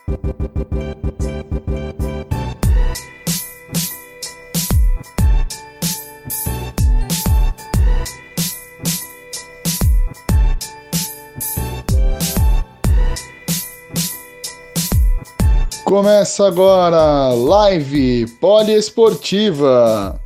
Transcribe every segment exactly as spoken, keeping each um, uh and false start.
Começa agora, Live Poliesportiva.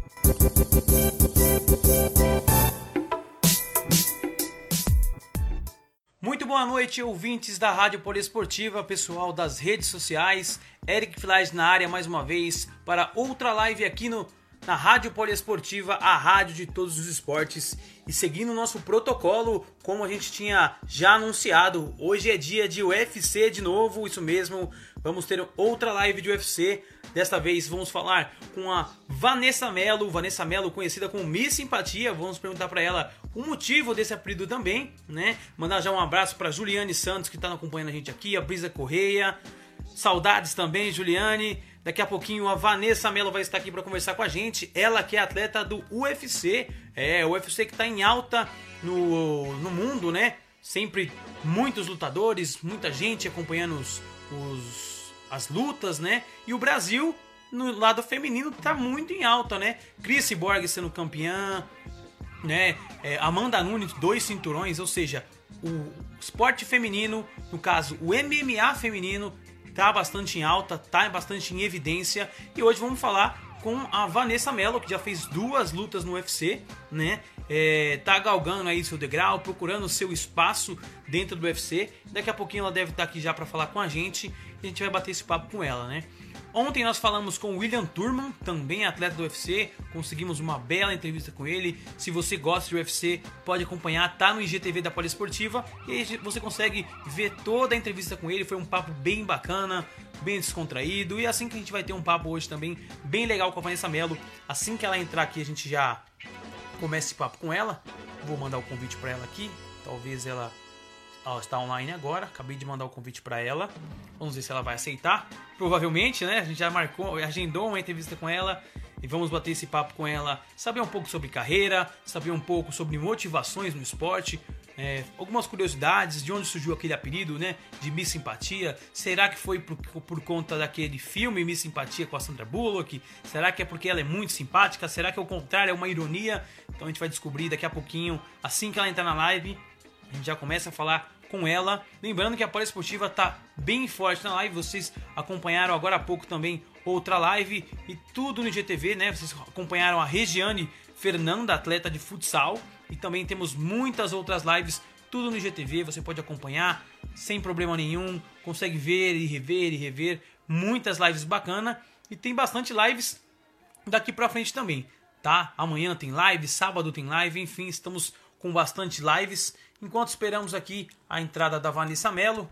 Muito boa noite, ouvintes da Rádio Poliesportiva, pessoal das redes sociais. Eric Flais na área mais uma vez para outra live aqui no, na Rádio Poliesportiva, a rádio de todos os esportes. E seguindo o nosso protocolo, como a gente tinha já anunciado, hoje é dia de U F C de novo, isso mesmo. Vamos ter outra live de U F C. Desta vez vamos falar com a Vanessa Mello. Vanessa Mello, conhecida como Miss Simpatia. Vamos perguntar para ela o motivo desse apelido também, né? Mandar já um abraço para Juliane Santos, que está acompanhando a gente aqui. A Brisa Correia. Saudades também, Juliane. Daqui a pouquinho a Vanessa Mello vai estar aqui para conversar com a gente. Ela que é atleta do U F C. É, o U F C que está em alta no, no mundo, né? Sempre muitos lutadores, muita gente acompanhando os... os as lutas, né? E o Brasil, no lado feminino, tá muito em alta, né? Cris Cyborg sendo campeã, né? É, Amanda Nunes, dois cinturões, ou seja, o esporte feminino, no caso, o M M A feminino, tá bastante em alta, tá bastante em evidência. E hoje vamos falar com a Vanessa Mello, que já fez duas lutas no U F C, né? É, tá galgando aí seu degrau, procurando seu espaço dentro do U F C. Daqui a pouquinho ela deve estar aqui já para falar com a gente e a gente vai bater esse papo com ela, né? Ontem nós falamos com o William Turman, também atleta do U F C, conseguimos uma bela entrevista com ele. Se você gosta de U F C, pode acompanhar, tá no I G T V da Poliesportiva e aí você consegue ver toda a entrevista com ele. Foi um papo bem bacana, bem descontraído, e assim que a gente vai ter um papo hoje também bem legal com a Vanessa Mello. Assim que ela entrar aqui a gente já começa esse papo com ela. Vou mandar o convite para ela aqui, talvez ela... Ela está online agora, acabei de mandar o convite para ela. Vamos ver se ela vai aceitar. Provavelmente, né? A gente já marcou, agendou uma entrevista com ela e vamos bater esse papo com ela. Saber um pouco sobre carreira, saber um pouco sobre motivações no esporte, é, algumas curiosidades, de onde surgiu aquele apelido, né? De Miss Simpatia. Será que foi por, por conta daquele filme Miss Simpatia com a Sandra Bullock? Será que é porque ela é muito simpática? Será que é o contrário, é uma ironia? Então a gente vai descobrir daqui a pouquinho, assim que ela entrar na live. A gente já começa a falar com ela. Lembrando que a Poliesportiva tá bem forte na live. Vocês acompanharam agora há pouco também outra live e tudo no I G T V, né? Vocês acompanharam a Regiane Fernanda, atleta de futsal. E também temos muitas outras lives, tudo no I G T V. Você pode acompanhar sem problema nenhum. Consegue ver e rever e rever. Muitas lives bacanas. E tem bastante lives daqui pra frente também, tá? Amanhã tem live, sábado tem live. Enfim, estamos com bastante lives. Enquanto esperamos aqui a entrada da Vanessa Mello,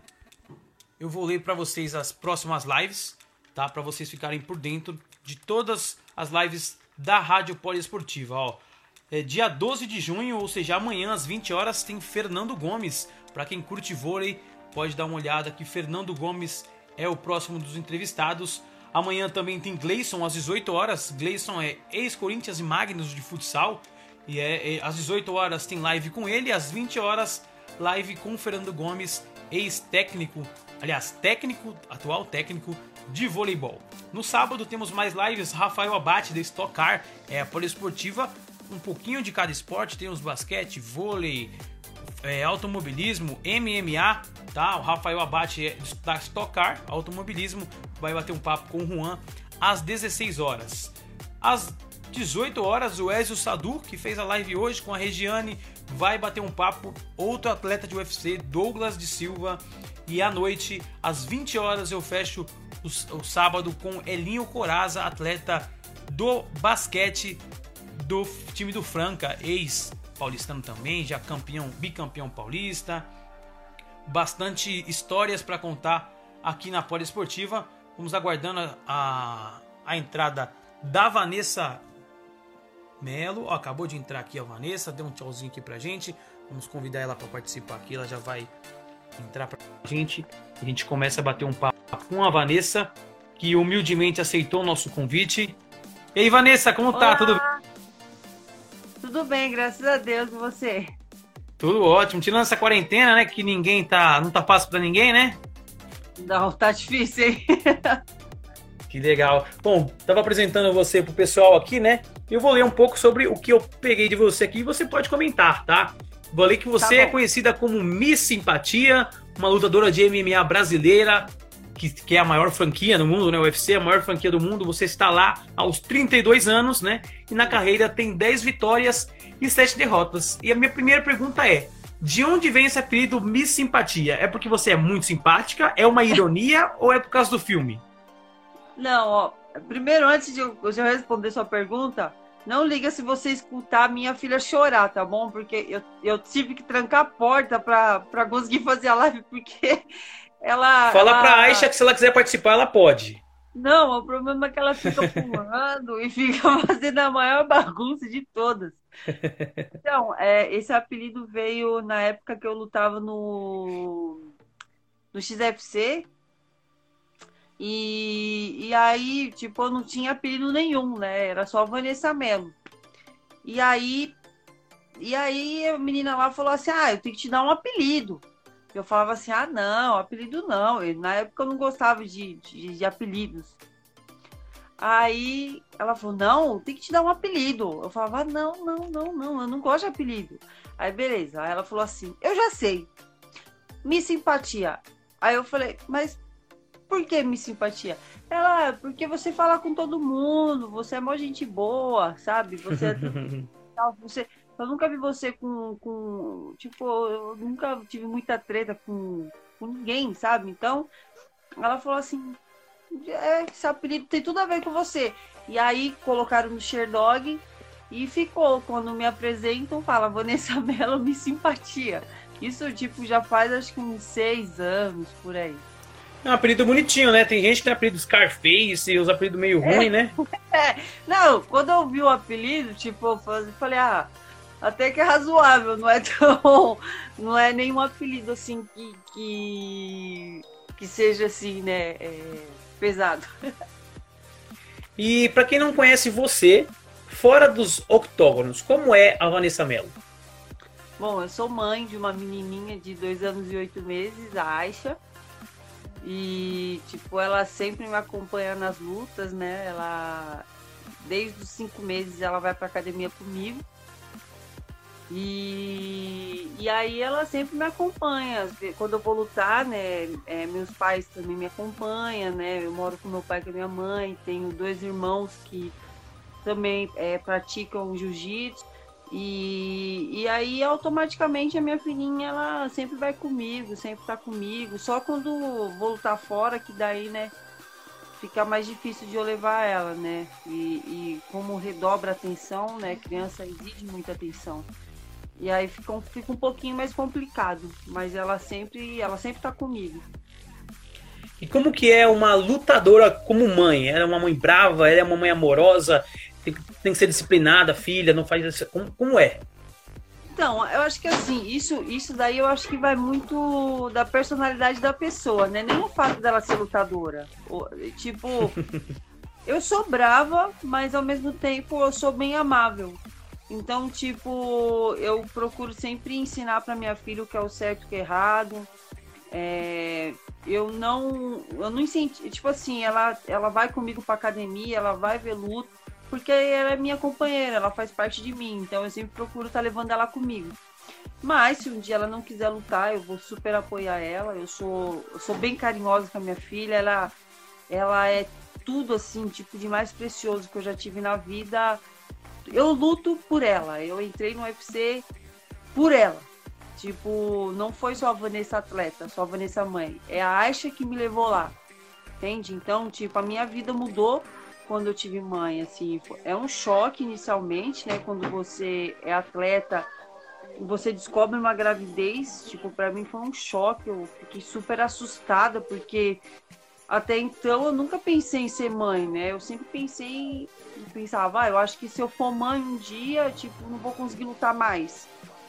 eu vou ler para vocês as próximas lives, tá? Para vocês ficarem por dentro de todas as lives da Rádio Poliesportiva. Ó, é dia doze de junho, ou seja, amanhã às vinte horas tem Fernando Gomes. Para quem curte vôlei, pode dar uma olhada que Fernando Gomes é o próximo dos entrevistados. Amanhã também tem Gleison às dezoito horas. Gleison é ex-Corinthians e Magnus de futsal. E é, é, às dezoito horas tem live com ele, às vinte horas live com o Fernando Gomes, ex-técnico, aliás, técnico, atual técnico de voleibol. No sábado temos mais lives, Rafael Abate da Stock Car, é a Poliesportiva, um pouquinho de cada esporte, temos basquete, vôlei, é, automobilismo, M M A, tá? O Rafael Abate é da Stock Car, automobilismo, vai bater um papo com o Juan às dezesseis horas. Às dezoito horas, o Ezio Sadu, que fez a live hoje com a Regiane, vai bater um papo. Outro atleta de U F C, Douglas de Silva. E à noite, às vinte horas, eu fecho o, o sábado com Elinho Coraza, atleta do basquete do time do Franca, ex-paulistano também, já campeão, bicampeão paulista. Bastante histórias para contar aqui na Poliesportiva. Vamos aguardando a, a, a entrada da Vanessa Mello. Ó, acabou de entrar aqui a Vanessa, deu um tchauzinho aqui pra gente. Vamos convidar ela para participar aqui, ela já vai entrar pra gente. A gente começa a bater um papo com a Vanessa, que humildemente aceitou o nosso convite. E aí, Vanessa, como tá? Olá. Tudo bem? Tudo bem, graças a Deus, e você? Tudo ótimo. Tirando essa quarentena, né, que ninguém tá, não tá fácil pra ninguém, né? Não, tá difícil, hein? Que legal. Bom, estava apresentando você pro pessoal aqui, né? Eu vou ler um pouco sobre o que eu peguei de você aqui e você pode comentar, tá? Vou ler que você Tá é bom. conhecida como Miss Simpatia, uma lutadora de M M A brasileira, que, que é a maior franquia no mundo, né? O U F C é a maior franquia do mundo. Você está lá aos trinta e dois anos, né? E na carreira tem dez vitórias e sete derrotas. E a minha primeira pergunta é: de onde vem esse apelido Miss Simpatia? É porque você é muito simpática? É uma ironia ou é por causa do filme? Não, ó. Primeiro, antes de eu, de eu responder sua pergunta, não liga se você escutar a minha filha chorar, tá bom? Porque eu, eu tive que trancar a porta pra, pra conseguir fazer a live, porque ela. Fala ela... pra Aisha que se ela quiser participar, ela pode. Não, o problema é que ela fica pulando e fica fazendo a maior bagunça de todas. Então, é, esse apelido veio na época que eu lutava no, no X F C. E, e aí, tipo, eu não tinha apelido nenhum, né? Era só Vanessa Mello. E aí, e aí a menina lá falou assim: ah, eu tenho que te dar um apelido. Eu falava assim: ah, não, apelido não. E na época eu não gostava de, de, de apelidos. Aí ela falou: não, tem que te dar um apelido. Eu falava: ah, não, não, não, não, eu não gosto de apelido. Aí beleza. Aí ela falou assim: eu já sei, Miss Simpatia. Aí eu falei: mas por que Miss Simpatia? Ela, "Ah, porque você fala com todo mundo, você é mó gente boa, sabe? Você é tal, você. Eu nunca vi você com, com. Tipo, eu nunca tive muita treta com, com ninguém, sabe? Então, ela falou assim: é, esse apelido tem tudo a ver com você. E aí colocaram no Sherdog e ficou. Quando me apresentam, fala Vanessa Mello, Miss Simpatia. Isso, tipo, já faz acho que uns seis anos por aí. É um apelido bonitinho, né? Tem gente que tem apelido Scarface, os apelidos meio ruins, né? É, não, quando eu vi o apelido, tipo, eu falei, ah, até que é razoável, não é tão. Não é nenhum apelido assim que, que, que seja assim, né? É, pesado. E pra quem não conhece você, fora dos octógonos, como é a Vanessa Mello? Bom, eu sou mãe de uma menininha de dois anos e oito meses, a Aisha. E, tipo, ela sempre me acompanha nas lutas, né? Ela, desde os cinco meses, ela vai pra academia comigo. E, e aí ela sempre me acompanha. Quando eu vou lutar, né? É, meus pais também me acompanham, né? Eu moro com meu pai e com a minha mãe. Tenho dois irmãos que também é, praticam jiu-jitsu. E, e aí, automaticamente, a minha filhinha, ela sempre vai comigo, sempre tá comigo. Só quando vou lutar fora, que daí, né, fica mais difícil de eu levar ela, né? E, e como redobra a atenção, né, criança exige muita atenção. E aí fica um, fica um pouquinho mais complicado, mas ela sempre, ela sempre tá comigo. E como que é uma lutadora como mãe? Ela é uma mãe brava? Ela é uma mãe amorosa? Tem, tem que ser disciplinada, filha, não faz isso. Como, como é? Então, eu acho que assim, isso, isso daí eu acho que vai muito da personalidade da pessoa, né? Nem o fato dela ser lutadora. Tipo, eu sou brava, mas ao mesmo tempo eu sou bem amável. Então, tipo, eu procuro sempre ensinar para minha filha o que é o certo e o que é errado. É, eu não, eu não incentivo, tipo assim, ela, ela vai comigo pra academia, ela vai ver luta, porque ela é minha companheira, ela faz parte de mim, então eu sempre procuro estar levando ela comigo. Mas se um dia ela não quiser lutar, eu vou super apoiar ela. Eu sou, eu sou bem carinhosa com a minha filha, ela, ela é tudo assim, tipo, de mais precioso que eu já tive na vida. Eu luto por ela, eu entrei no U F C por ela. Tipo, não foi só a Vanessa atleta, só a Vanessa mãe. É a Aisha que me levou lá, entende? Então, tipo, a minha vida mudou quando eu tive mãe, assim. É um choque inicialmente, né? Quando você é atleta, você descobre uma gravidez. Tipo, pra mim foi um choque. Eu fiquei super assustada, porque até então eu nunca pensei em ser mãe, né? Eu sempre pensei, pensava, ah, eu acho que se eu for mãe um dia, tipo, não vou conseguir lutar mais.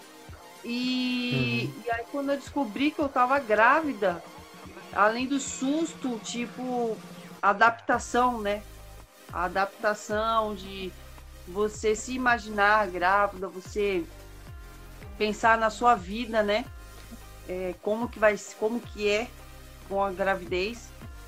E, uhum. E aí quando eu descobri que eu tava grávida, além do susto, tipo, adaptação, né? A adaptação de você se imaginar grávida, você pensar na sua vida, né? É, como que vai, como que é com a gravidez.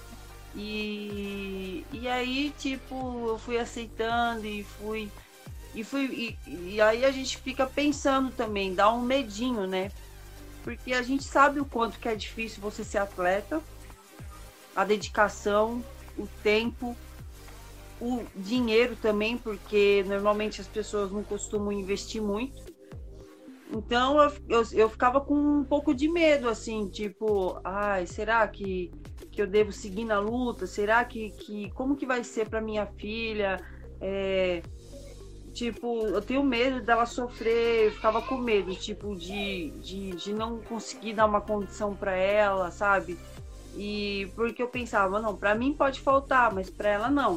E, e aí, tipo, eu fui aceitando e fui. E, fui e, e aí a gente fica pensando também, dá um medinho, né? Porque a gente sabe o quanto que é difícil você ser atleta, a dedicação, o tempo, o dinheiro também, porque normalmente as pessoas não costumam investir muito. Então eu, eu, eu ficava com um pouco de medo, assim, tipo, ai, será que, que eu devo seguir na luta? Será que, que como que vai ser para minha filha? É, tipo, eu tenho medo dela sofrer, eu ficava com medo, tipo, de, de, de não conseguir dar uma condição para ela, sabe? E porque eu pensava, não, para mim pode faltar, mas para ela não.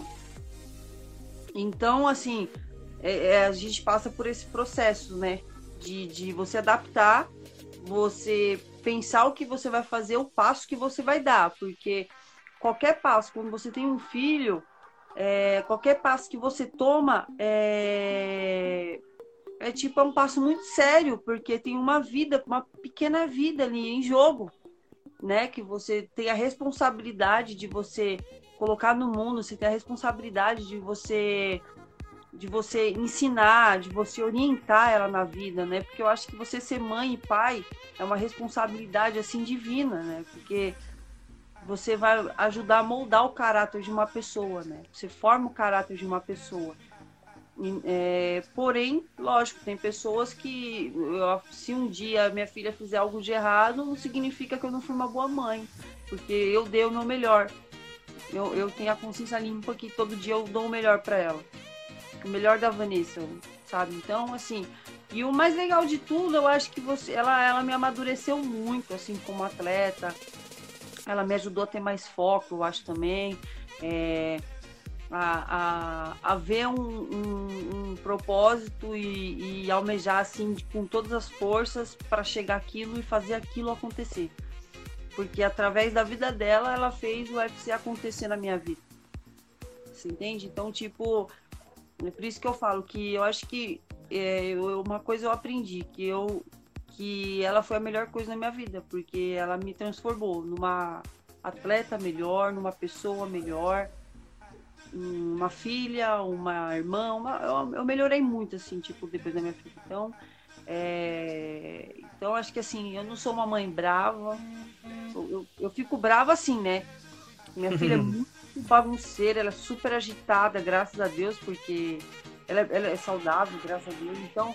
Então, assim, é, é, a gente passa por esse processo, né? De, de você adaptar, você pensar o que você vai fazer, o passo que você vai dar, porque qualquer passo, quando você tem um filho, é, qualquer passo que você toma é, é tipo é um passo muito sério, porque tem uma vida, uma pequena vida ali em jogo, né? Que você tem a responsabilidade de você colocar no mundo, você tem a responsabilidade de você de você ensinar, de você orientar ela na vida, né? Porque eu acho que você ser mãe e pai é uma responsabilidade, assim, divina, né? Porque você vai ajudar a moldar o caráter de uma pessoa, né? Você forma o caráter de uma pessoa. É, porém, lógico, tem pessoas que, eu, se um dia minha filha fizer algo de errado, não significa que eu não fui uma boa mãe, porque eu dei o meu melhor. Eu, eu tenho a consciência limpa que todo dia eu dou o melhor para ela. O melhor da Vanessa, sabe? Então, assim, e o mais legal de tudo, eu acho que você, ela, ela me amadureceu muito, assim, como atleta. Ela me ajudou a ter mais foco, eu acho também. É, a, a, a ver um, um, um propósito e, e almejar, assim, com todas as forças para chegar aquilo e fazer aquilo acontecer. Porque através da vida dela, ela fez o U F C acontecer na minha vida. Você entende? Então, tipo... É por isso que eu falo que eu acho que é, eu, uma coisa eu aprendi, que, eu, que ela foi a melhor coisa na minha vida, porque ela me transformou numa atleta melhor, numa pessoa melhor, uma filha, uma irmã, uma, eu, eu melhorei muito, assim, tipo, depois da minha filha. Então, é, então acho que assim, eu não sou uma mãe brava, eu, eu, eu fico brava assim, né? Minha filha é muito bagunceira, ela é super agitada, graças a Deus, porque ela é, ela é saudável, graças a Deus. Então,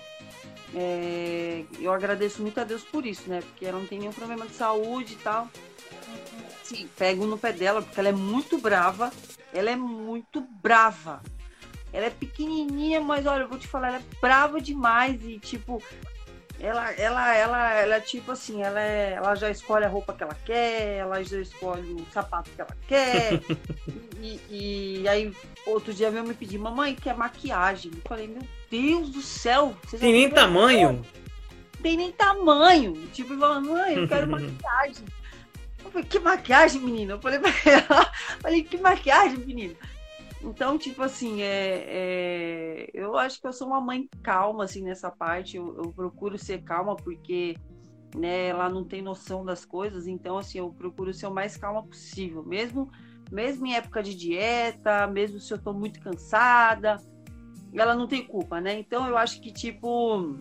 é, eu agradeço muito a Deus por isso, né? Porque ela não tem nenhum problema de saúde e tal. Sim, pego no pé dela, porque ela é muito brava. Ela é muito brava. Ela é pequenininha, mas olha, eu vou te falar, ela é brava demais e, tipo... Ela, ela, ela, ela, tipo assim, ela, é, ela já escolhe a roupa que ela quer, ela já escolhe o sapato que ela quer. e, e, e aí, outro dia veio me pedir, mamãe, quer maquiagem? Eu falei, meu Deus do céu. Tem nem tamanho? Tem nem tamanho. Tipo, falando, mãe, eu quero maquiagem. Eu falei, que maquiagem, menina? Eu falei pra ela, falei, que maquiagem, menina? Então, tipo assim, é, é, eu acho que eu sou uma mãe calma, assim, nessa parte. Eu, eu procuro ser calma porque, né, ela não tem noção das coisas. Então, assim, eu procuro ser o mais calma possível. Mesmo, mesmo em época de dieta, mesmo se eu tô muito cansada, ela não tem culpa, né? Então, eu acho que, tipo...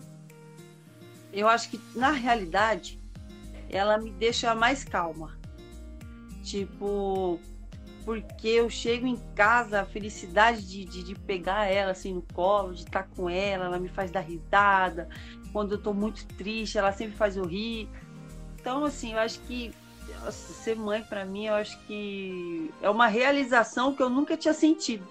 Eu acho que, na realidade, ela me deixa mais calma. Tipo... Porque eu chego em casa, a felicidade de, de, de pegar ela assim no colo, de estar com ela, ela me faz dar risada. Quando eu tô muito triste, ela sempre faz eu rir. Então, assim, eu acho que nossa, ser mãe pra mim, eu acho que é uma realização que eu nunca tinha sentido.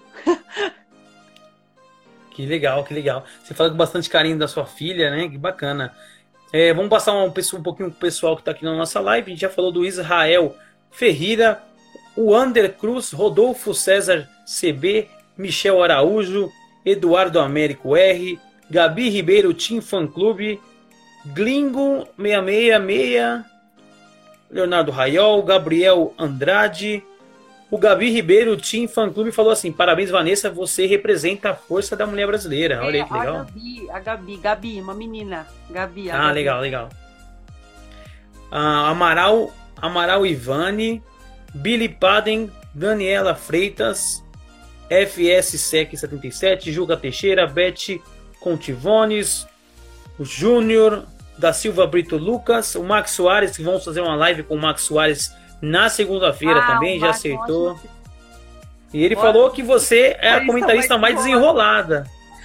Que legal, que legal. Você fala com bastante carinho da sua filha, né? Que bacana. É, vamos passar um, um pouquinho pro pessoal que tá aqui na nossa live. A gente já falou do Israel Ferreira, o Ander Cruz, Rodolfo César C B, Michel Araújo, Eduardo Américo R, Gabi Ribeiro Team Fan Clube, Glingo seis seis seis, Leonardo Raiol, Gabriel Andrade. O Gabi Ribeiro Team Fan Clube falou assim: parabéns, Vanessa, você representa a força da mulher brasileira. Olha aí que legal. A Gabi, a Gabi, Gabi, uma menina. Gabi. A ah, Gabi. legal, legal. Ah, Amaral Amaral Ivani, Billy Paden, Daniela Freitas, F S Sec setenta e sete, Juca Teixeira, Beth Contivones, o Júnior da Silva Brito Lucas, o Max Soares, que vamos fazer uma live com o Max Soares na segunda-feira ah, também, já acertou. E ele Pode. falou que você é a comentarista mais desenrolada.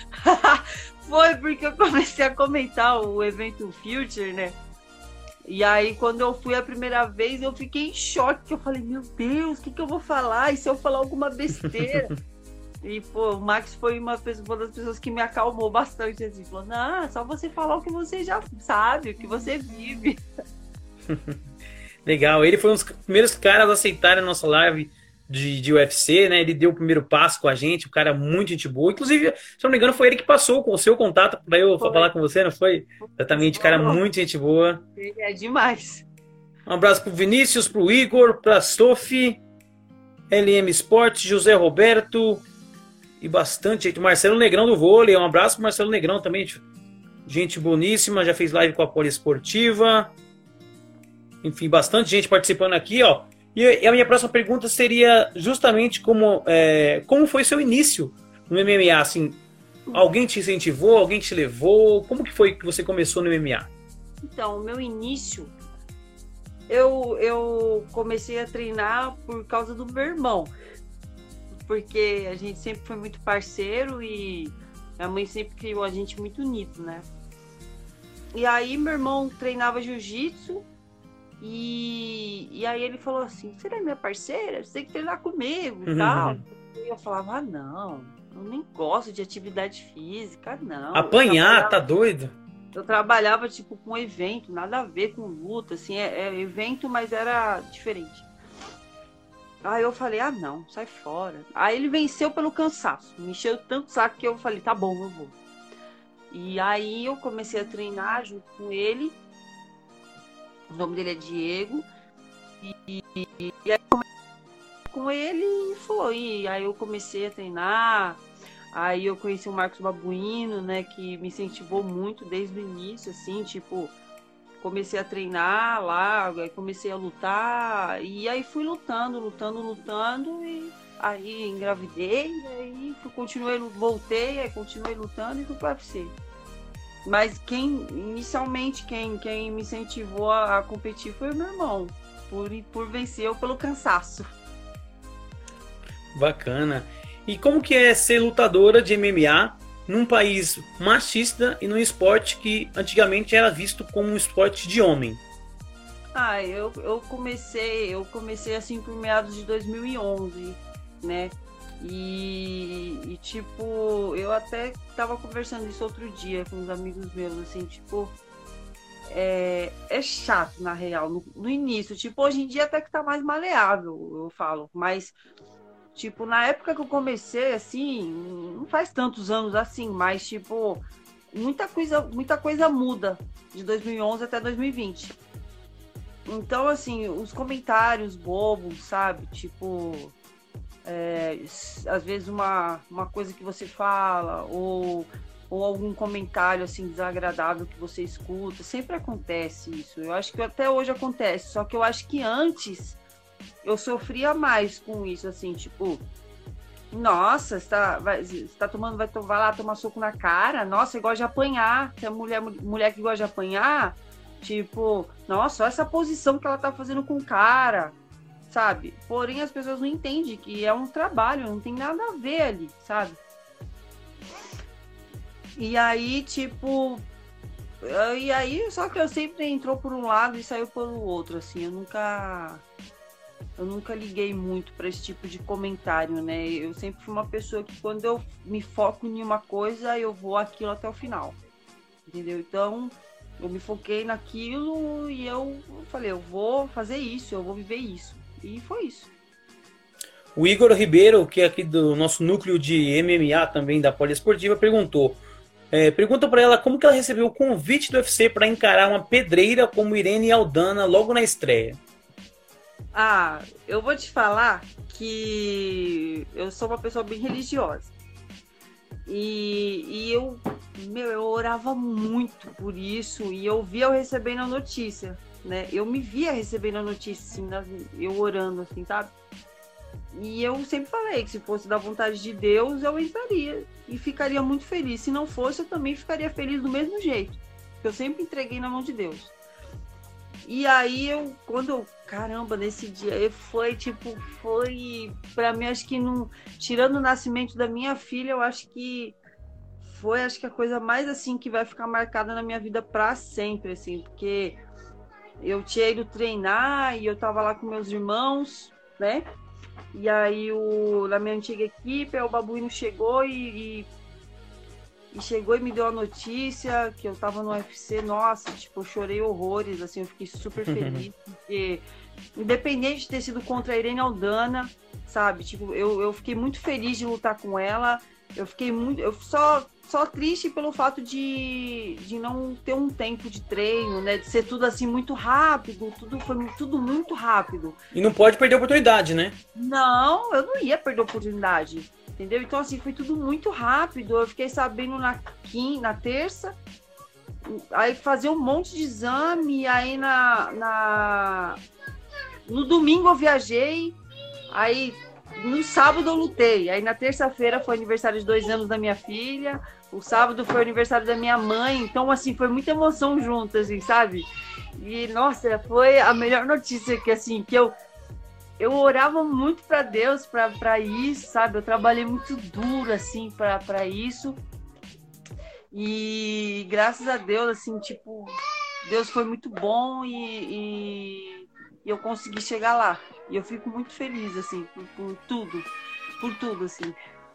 Foi porque eu comecei a comentar o evento Future, né? E aí, quando eu fui a primeira vez, eu fiquei em choque, que eu falei, meu Deus, o que, que eu vou falar? E se eu falar alguma besteira? E, pô, o Max foi uma, pessoa, uma das pessoas que me acalmou bastante, assim, falou, não, só você falar o que você já sabe, o que você vive. Legal, ele foi um dos primeiros caras a aceitarem a nossa live de, de U F C, né? Ele deu o primeiro passo com a gente, um cara muito gente boa. Inclusive, se não me engano, foi ele que passou com o seu contato para eu foi. falar com você, não foi? Exatamente, cara, muito gente boa. Ele é demais. Um abraço pro Vinícius, pro Igor, pra Sophie, L M Sports, José Roberto e bastante gente. Marcelo Negrão do vôlei, um abraço pro Marcelo Negrão também, gente boníssima, já fez live com a Poliesportiva. Enfim, bastante gente participando aqui, ó. E a minha próxima pergunta seria justamente como, é, como foi seu início no M M A? Assim, alguém te incentivou? Alguém te levou? Como que foi que você começou no M M A? Então, o meu início, eu, eu comecei a treinar por causa do meu irmão. Porque a gente sempre foi muito parceiro e a mãe sempre criou a gente muito unido, né? E aí, meu irmão treinava jiu-jitsu. E, e aí ele falou assim, você é minha parceira? Você tem que treinar comigo e uhum. tal. E eu falava, ah, não, eu nem gosto de atividade física, não. Apanhar, tá doido? Eu trabalhava, tipo, com evento, nada a ver com luta, assim, é, é evento, mas era diferente. Aí eu falei, ah, não, sai fora. Aí ele venceu pelo cansaço, me encheu tanto saco que eu falei, tá bom, eu vou. E aí eu comecei a treinar junto com ele. O nome dele é Diego. E, e, e aí eu comecei com ele e foi. E aí eu comecei a treinar. Aí eu conheci o Marcos Babuino, né? Que me incentivou muito desde o início, assim, tipo, comecei a treinar lá, aí comecei a lutar. E aí fui lutando, lutando, lutando. E aí engravidei, e aí fui, continuei, voltei, aí continuei lutando e fui pro U F C. Mas quem, inicialmente, quem, quem me incentivou a, a competir foi o meu irmão, por, por vencer ou pelo cansaço. Bacana. E como que é ser lutadora de M M A num país machista e num esporte que antigamente era visto como um esporte de homem? Ah, eu, eu comecei, eu comecei assim por meados de dois mil e onze, né? E, e, tipo, eu até tava conversando isso outro dia com uns amigos meus, assim, tipo, é, é chato, na real, no, no início, tipo, hoje em dia até que tá mais maleável, eu falo, mas, tipo, na época que eu comecei, assim, não faz tantos anos assim, mas, tipo, muita coisa, muita coisa muda de dois mil e onze até dois mil e vinte. Então, assim, os comentários bobos, sabe, tipo... É, às vezes uma, uma coisa que você fala ou, ou algum comentário assim desagradável que você escuta, sempre acontece isso. Eu acho que até hoje acontece, só que eu acho que antes eu sofria mais com isso, assim, tipo, nossa, você tá, vai, você tá tomando, vai, vai lá tomar soco na cara, nossa, você gosta de apanhar, você é mulher, mulher que gosta de apanhar, tipo, nossa, olha essa posição que ela tá fazendo com o cara, sabe? Porém, as pessoas não entendem que é um trabalho, não tem nada a ver ali, sabe? E aí, tipo... E aí, só que eu sempre entrou por um lado e saiu pelo outro, assim. Eu nunca... Eu nunca liguei muito para esse tipo de comentário, né? Eu sempre fui uma pessoa que quando eu me foco em uma coisa, eu vou aquilo até o final. Entendeu? Então, eu me foquei naquilo e eu falei, eu vou fazer isso, eu vou viver isso. E foi isso. O Igor Ribeiro, que é aqui do nosso núcleo de M M A também da Poliesportiva, perguntou. É, pergunta para ela como que ela recebeu o convite do U F C para encarar uma pedreira como Irene Aldana logo na estreia. Ah, eu vou te falar que eu sou uma pessoa bem religiosa. E, e eu, meu, eu orava muito por isso e eu via eu recebendo a notícia. né? Eu me via recebendo a notícia, assim, nas, eu orando, assim, sabe? E eu sempre falei que se fosse da vontade de Deus, eu entraria e ficaria muito feliz. Se não fosse, eu também ficaria feliz do mesmo jeito. Eu sempre entreguei na mão de Deus. E aí, eu, quando eu, caramba, nesse dia, eu foi, tipo, foi, pra mim, acho que, não, tirando o nascimento da minha filha, eu acho que foi, acho que a coisa mais, assim, que vai ficar marcada na minha vida pra sempre, assim, porque eu tinha ido treinar e eu tava lá com meus irmãos, né? E aí, o, na minha antiga equipe, o Babuíno chegou e, e, e chegou e me deu a notícia que eu tava no U F C. Nossa, tipo, eu chorei horrores, assim, eu fiquei super feliz, porque independente de ter sido contra a Irene Aldana, sabe? Tipo, eu, eu fiquei muito feliz de lutar com ela. Eu fiquei muito... Eu só, só triste pelo fato de, de não ter um tempo de treino, né? De ser tudo assim muito rápido. Tudo foi tudo muito rápido. E não pode perder a oportunidade, né? Não, eu não ia perder a oportunidade. Entendeu? Então, assim, foi tudo muito rápido. Eu fiquei sabendo na, quinta, na terça. Aí fazer um monte de exame. Aí na, na... no domingo eu viajei. Aí... No sábado eu lutei, aí na terça-feira foi aniversário de dois anos da minha filha, o sábado foi o aniversário da minha mãe, então assim, foi muita emoção junto, assim, sabe? E, nossa, foi a melhor notícia que, assim, que eu, eu orava muito para Deus, para isso, sabe? Eu trabalhei muito duro, assim, para isso, e graças a Deus, assim, tipo, Deus foi muito bom e, e, e eu consegui chegar lá. E eu fico muito feliz, assim, por, por tudo. Por tudo, assim.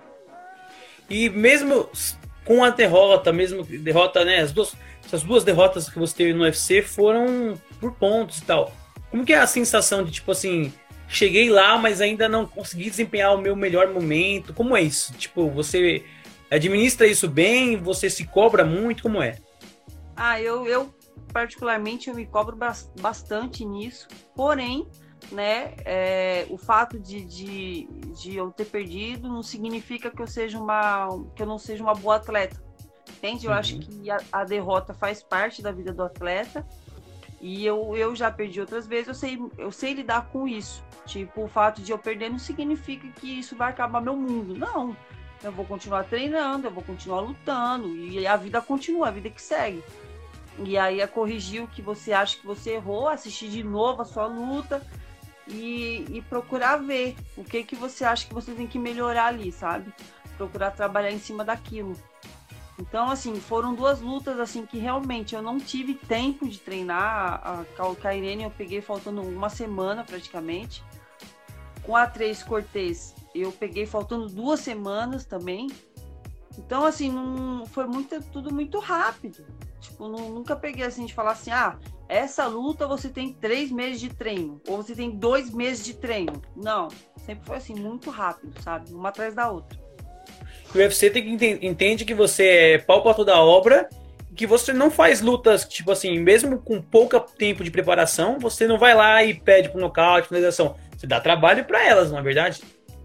E mesmo com a derrota, mesmo derrota, né? As duas, essas duas derrotas que você teve no U F C foram por pontos e tal. Como que é a sensação de, tipo assim, cheguei lá, mas ainda não consegui desempenhar o meu melhor momento? Como é isso? Tipo, você administra isso bem? Você se cobra muito? Como é? Ah, eu, eu particularmente, eu me cobro bastante nisso. Porém... né? É, o fato de, de, de eu ter perdido não significa que eu seja uma que eu não seja uma boa atleta, entende? Eu uhum. acho que a, a derrota faz parte da vida do atleta e eu, eu já perdi outras vezes, eu sei, eu sei lidar com isso. Tipo, o fato de eu perder não significa que isso vai acabar meu mundo, não. Eu vou continuar treinando, eu vou continuar lutando e a vida continua, a vida que segue. E aí é corrigir o que você acha que você errou, assistir de novo a sua luta E, e procurar ver o que, que você acha que você tem que melhorar ali, sabe? Procurar trabalhar em cima daquilo. Então, assim, foram duas lutas assim que realmente eu não tive tempo de treinar. A, a, a Irene eu peguei faltando uma semana praticamente. Com a Três Cortez eu peguei faltando duas semanas também. Então, assim, não, foi muito, tudo muito rápido. Tipo, não, nunca peguei assim de falar assim, ah, essa luta você tem três meses de treino, ou você tem dois meses de treino. Não, sempre foi assim, muito rápido, sabe? Uma atrás da outra. O U F C tem que ente- entende que você é pau pra toda obra, que você não faz lutas, tipo assim, mesmo com pouco tempo de preparação, você não vai lá e pede pro nocaute, finalização. Você dá trabalho pra elas, não é verdade?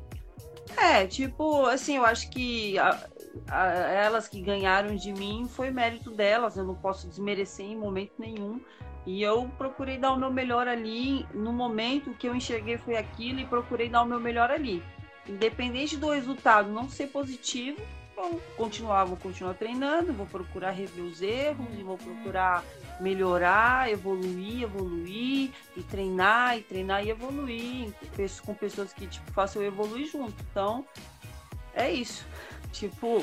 É, tipo, assim, eu acho que a, a, elas que ganharam de mim foi mérito delas, eu não posso desmerecer em momento nenhum. E eu procurei dar o meu melhor ali, no momento que eu enxerguei foi aquilo, e procurei dar o meu melhor ali. Independente do resultado não ser positivo, eu continuar, vou continuar treinando, vou procurar rever os erros, e vou procurar melhorar, evoluir, evoluir, e treinar, e treinar e evoluir, com pessoas que tipo, façam eu evoluir junto. Então, é isso. Tipo...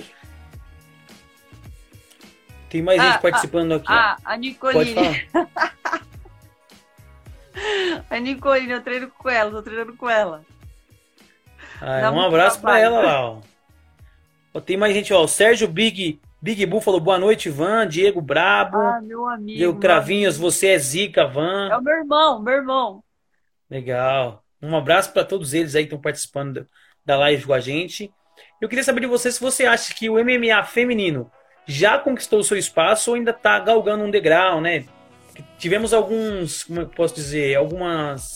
Tem mais ah, gente participando ah, aqui. Ah, a Nicoline. Pode falar. A Nicoline, eu treino com ela, tô treinando com ela. Ah, um abraço pra ela lá, ó. Ó, tem mais gente, ó. O Sérgio Big, Big Bull falou boa noite, Van. Diego Brabo. Ah, meu amigo. Diego Cravinhos, você é zica, Van. É o meu irmão, meu irmão. Legal. Um abraço pra todos eles aí que estão participando da live com a gente. Eu queria saber de você se você acha que o M M A feminino já conquistou o seu espaço ou ainda tá galgando um degrau, né? Tivemos alguns, como eu posso dizer, algumas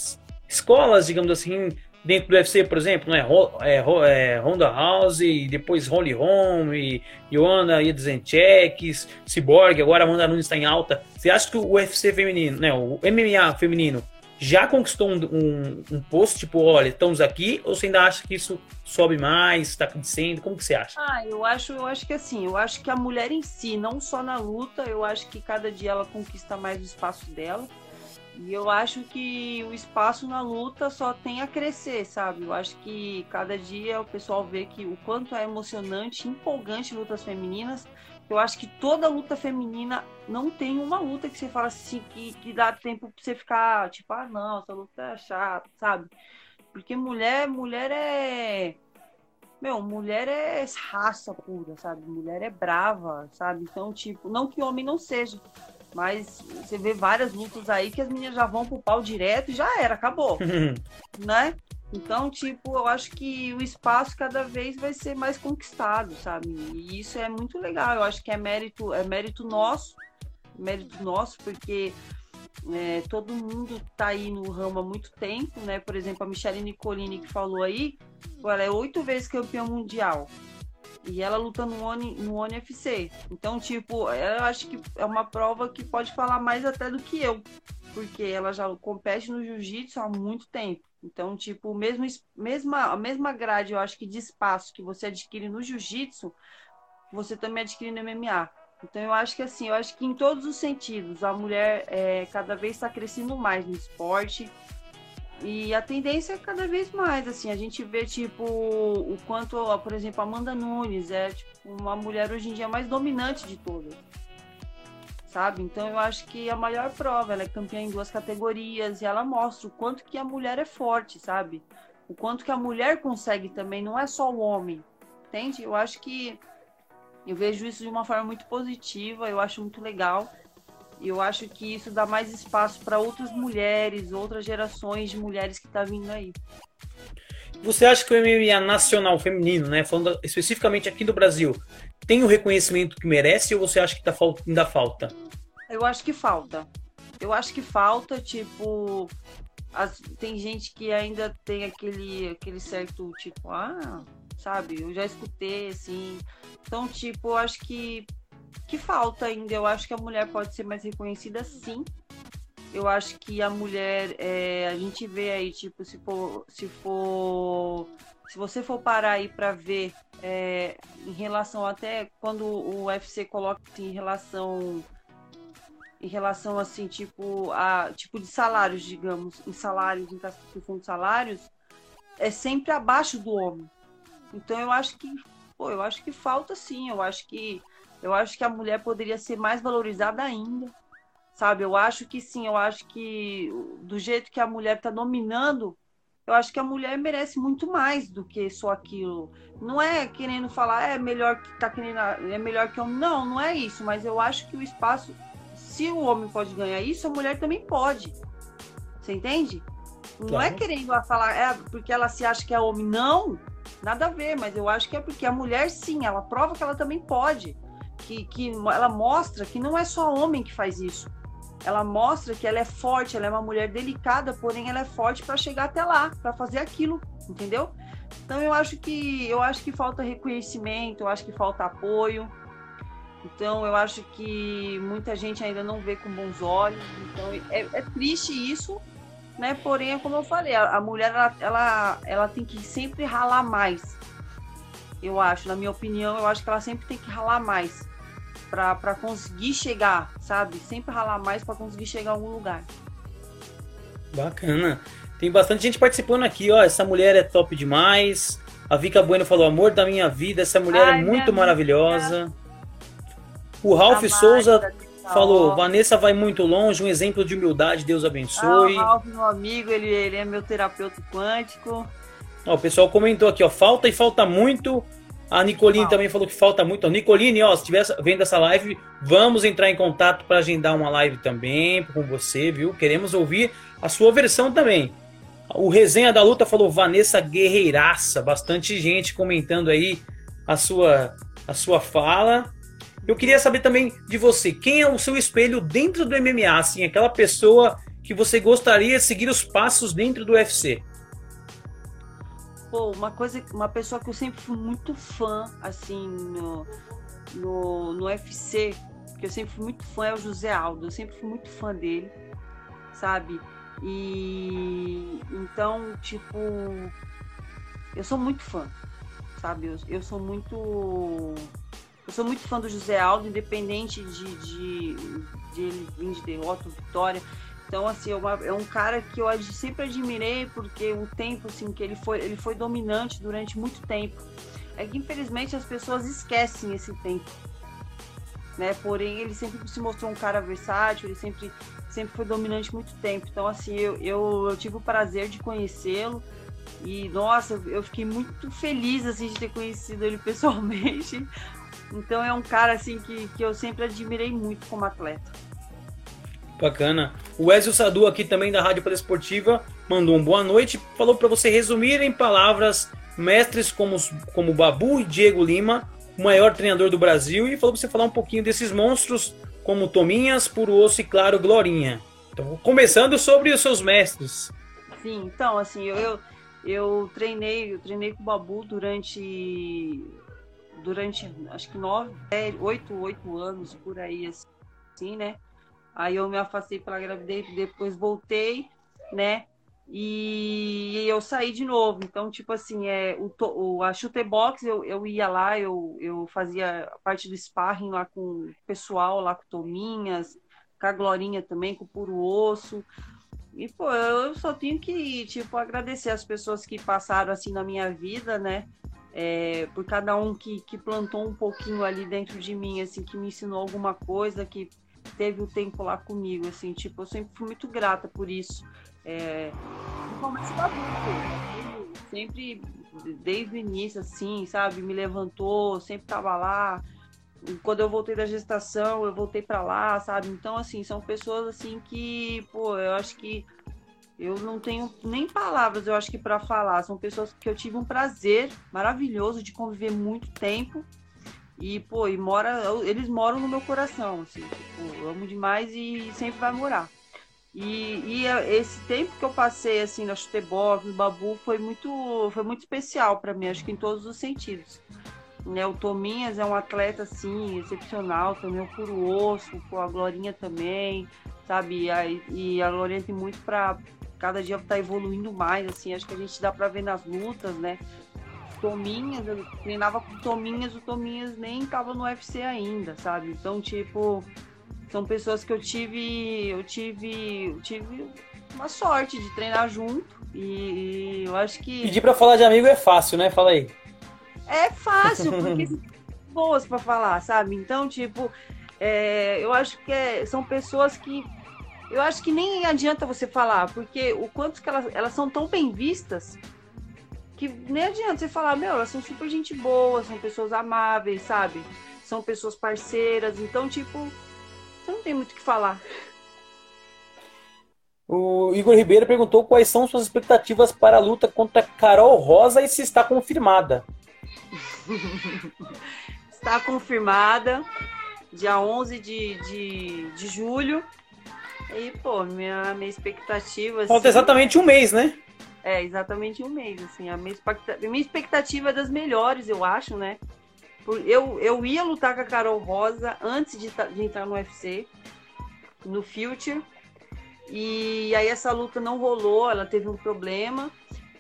escolas, digamos assim, dentro do U F C, por exemplo, né? É, é, Ronda House, depois Holly Holm, e Joanna Jędrzejczyk, Cyborg, agora a Amanda Nunes está em alta. Você acha que o U F C feminino, né, o M M A feminino, já conquistou um, um, um posto, tipo, olha, estamos aqui, ou você ainda acha que isso sobe mais, está crescendo? Como que você acha? Ah, eu acho, eu acho que assim, eu acho que a mulher em si, não só na luta, eu acho que cada dia ela conquista mais o espaço dela. E eu acho que o espaço na luta só tem a crescer, sabe? Eu acho que cada dia o pessoal vê que o quanto é emocionante, empolgante lutas femininas. Eu acho que toda luta feminina não tem uma luta que você fala assim, que, que dá tempo pra você ficar, tipo, ah, não, essa luta é chata, sabe? Porque mulher, mulher é... Meu, mulher é raça pura, sabe? Mulher é brava, sabe? Então, tipo, não que homem não seja, mas você vê várias lutas aí que as meninas já vão pro pau direto e já era, acabou, né? Então, tipo, eu acho que o espaço cada vez vai ser mais conquistado, sabe? E isso é muito legal. Eu acho que é mérito, é mérito nosso, mérito nosso, porque é, todo mundo tá aí no ramo há muito tempo, né? Por exemplo, a Michelle Nicolini que falou aí, ela é oito vezes campeã mundial. E ela luta no ONI, no ONI U F C. Então, tipo, eu acho que é uma prova que pode falar mais até do que eu. Porque ela já compete no jiu-jitsu há muito tempo. Então, tipo, mesmo, mesma, a mesma grade, eu acho que de espaço que você adquire no jiu-jitsu, você também adquire no M M A. Então, eu acho que assim, eu acho que em todos os sentidos, a mulher é, cada vez está crescendo mais no esporte. E a tendência é cada vez mais, assim, a gente vê, tipo, o quanto, por exemplo, a Amanda Nunes é, tipo, uma mulher hoje em dia mais dominante de todas, sabe? Então eu acho que a maior prova, ela é campeã em duas categorias e ela mostra o quanto que a mulher é forte, sabe? O quanto que a mulher consegue também, não é só o homem, entende? Eu acho que eu vejo isso de uma forma muito positiva, eu acho muito legal. E eu acho que isso dá mais espaço para outras mulheres, outras gerações de mulheres que tá vindo aí. Você acha que o M M A nacional feminino, né, falando especificamente aqui do Brasil, tem o reconhecimento que merece ou você acha que tá, ainda falta? Eu acho que falta. Eu acho que falta, tipo... As, tem gente que ainda tem aquele, aquele certo, tipo, ah, sabe? Eu já escutei, assim. Então, tipo, eu acho que que falta ainda. Eu acho que a mulher pode ser mais reconhecida, sim. Eu acho que a mulher, é, a gente vê aí, tipo, se for, se for, se você for parar aí para ver, é, em relação até quando o U F C coloca assim, em relação, em relação assim, tipo, a tipo de salários, digamos, em salários, em questão de salários, é sempre abaixo do homem. Então eu acho que, pô, eu acho que falta sim. Eu acho que Eu acho que a mulher poderia ser mais valorizada ainda, sabe? Eu acho que sim, eu acho que do jeito que a mulher está dominando, eu acho que a mulher merece muito mais do que só aquilo. Não é querendo falar, é melhor que tá querendo, é melhor que o homem. Não, não é isso, mas eu acho que o espaço, se o homem pode ganhar isso, a mulher também pode. Você entende? Não claro. É querendo falar, é porque ela se acha que é homem. Não, nada a ver, mas eu acho que é porque a mulher, sim, ela prova que ela também pode. Que, que ela mostra que não é só homem que faz isso. Ela mostra que ela é forte, ela é uma mulher delicada, porém ela é forte para chegar até lá, para fazer aquilo, entendeu? Então eu acho que eu acho que falta reconhecimento, eu acho que falta apoio. Então eu acho que muita gente ainda não vê com bons olhos. Então é, é triste isso, né? Porém, é como eu falei, a, a mulher ela, ela, ela tem que sempre ralar mais. Eu acho, na minha opinião, eu acho que ela sempre tem que ralar mais para conseguir chegar, sabe? Sempre ralar mais para conseguir chegar a algum lugar. Bacana. Tem bastante gente participando aqui, ó. Essa mulher é top demais. A Vika Bueno falou, amor da minha vida, essa mulher Ai, é muito maravilhosa. Amiga. O Ralph a Souza Marta, falou, Vanessa vai muito longe, um exemplo de humildade, Deus abençoe. Ah, o Ralph, meu amigo, ele, ele é meu terapeuta quântico. Ó, o pessoal comentou aqui, ó, falta e falta muito. A Nicoline ah. também falou que falta muito. Ó, Nicoline, ó, se estiver vendo essa live, vamos entrar em contato para agendar uma live também com você, viu? Queremos ouvir a sua versão também. O Resenha da Luta falou Vanessa guerreiraça. Bastante gente comentando aí a sua, a sua fala. Eu queria saber também de você, quem é o seu espelho dentro do M M A? Assim, aquela pessoa que você gostaria de seguir os passos dentro do U F C? Pô, uma coisa, uma pessoa que eu sempre fui muito fã, assim, no, no, no U F C, que eu sempre fui muito fã, é o José Aldo. Eu sempre fui muito fã dele, sabe? E então, tipo, eu sou muito fã, sabe? Eu, eu sou muito, eu sou muito fã do José Aldo, independente de, de, de ele vir de derrota ou vitória. Então, assim, é, uma, é um cara que eu sempre admirei, porque o tempo, assim, que ele foi, ele foi dominante durante muito tempo. É que, infelizmente, as pessoas esquecem esse tempo, né? Porém, ele sempre se mostrou um cara versátil, ele sempre, sempre foi dominante muito tempo. Então, assim, eu, eu, eu tive o prazer de conhecê-lo e, nossa, eu fiquei muito feliz, assim, de ter conhecido ele pessoalmente. Então, é um cara, assim, que, que eu sempre admirei muito como atleta. Bacana. O Ezio Sadu aqui também da Rádio Poliesportiva mandou um boa noite, falou para você resumir em palavras mestres como, como Babu e Diego Lima, o maior treinador do Brasil, e falou para você falar um pouquinho desses monstros como Tominhas, Puro Osso e claro, Glorinha. Então, começando sobre os seus mestres. Sim, então, assim, eu, eu, eu treinei, eu treinei com o Babu durante durante acho que nove, dez, oito, oito anos por aí, assim, né? Aí eu me afastei pela gravidez, depois voltei, né? E eu saí de novo. Então, tipo assim, é, o, o, a Chute Box, eu, eu ia lá, eu, eu fazia parte do sparring lá com o pessoal, lá com o Tominhas, com a Glorinha também, com o Puro Osso. E, pô, eu só tenho que, tipo, agradecer as pessoas que passaram, assim, na minha vida, né? É, por cada um que, que plantou um pouquinho ali dentro de mim, assim, que me ensinou alguma coisa, que teve o tempo lá comigo, assim, tipo, eu sempre fui muito grata por isso. É, principalmente o adulto, sempre, desde o início, assim, sabe, me levantou, sempre tava lá. Quando eu voltei da gestação, eu voltei para lá, sabe? Então, assim, são pessoas, assim, que, pô, eu acho que eu não tenho nem palavras, eu acho que para falar. São pessoas que eu tive um prazer maravilhoso de conviver muito tempo. E, pô, e mora, eles moram no meu coração, assim, tipo, eu amo demais e sempre vai morar. E, e esse tempo que eu passei, assim, na Chutebox, no Babu, foi muito, foi muito especial para mim, acho que em todos os sentidos. Né, o Tominhas é um atleta, assim, excepcional, também o Puro Osso, pô, a Glorinha também, sabe? E a, e a Glorinha tem muito para cada dia estar tá evoluindo mais, assim, acho que a gente dá para ver nas lutas, né? Tominhas, eu treinava com Tominhas, o Tominhas nem tava no U F C ainda, sabe? Então, tipo, são pessoas que eu tive, eu tive, eu tive uma sorte de treinar junto e, e eu acho que... Pedir pra falar de amigo é fácil, né? Fala aí. É fácil, porque são boas pra falar, sabe? Então, tipo, é, eu acho que é, são pessoas que... Eu acho que nem adianta você falar, porque o quanto que elas, elas são tão bem vistas... que nem adianta você falar, meu, elas são super gente boa, são pessoas amáveis, sabe? São pessoas parceiras, então, tipo, você não tem muito o que falar. O Igor Ribeiro perguntou quais são suas expectativas para a luta contra Carol Rosa e se está confirmada. Está confirmada, dia onze de, de, de julho. E, pô, minha, minha expectativa... Falta assim, exatamente um mês, né? É, exatamente um mês, assim, a minha expectativa, minha expectativa é das melhores, eu acho, né? Eu, eu ia lutar com a Carol Rosa antes de, de entrar no U F C, no Future, e aí essa luta não rolou, ela teve um problema,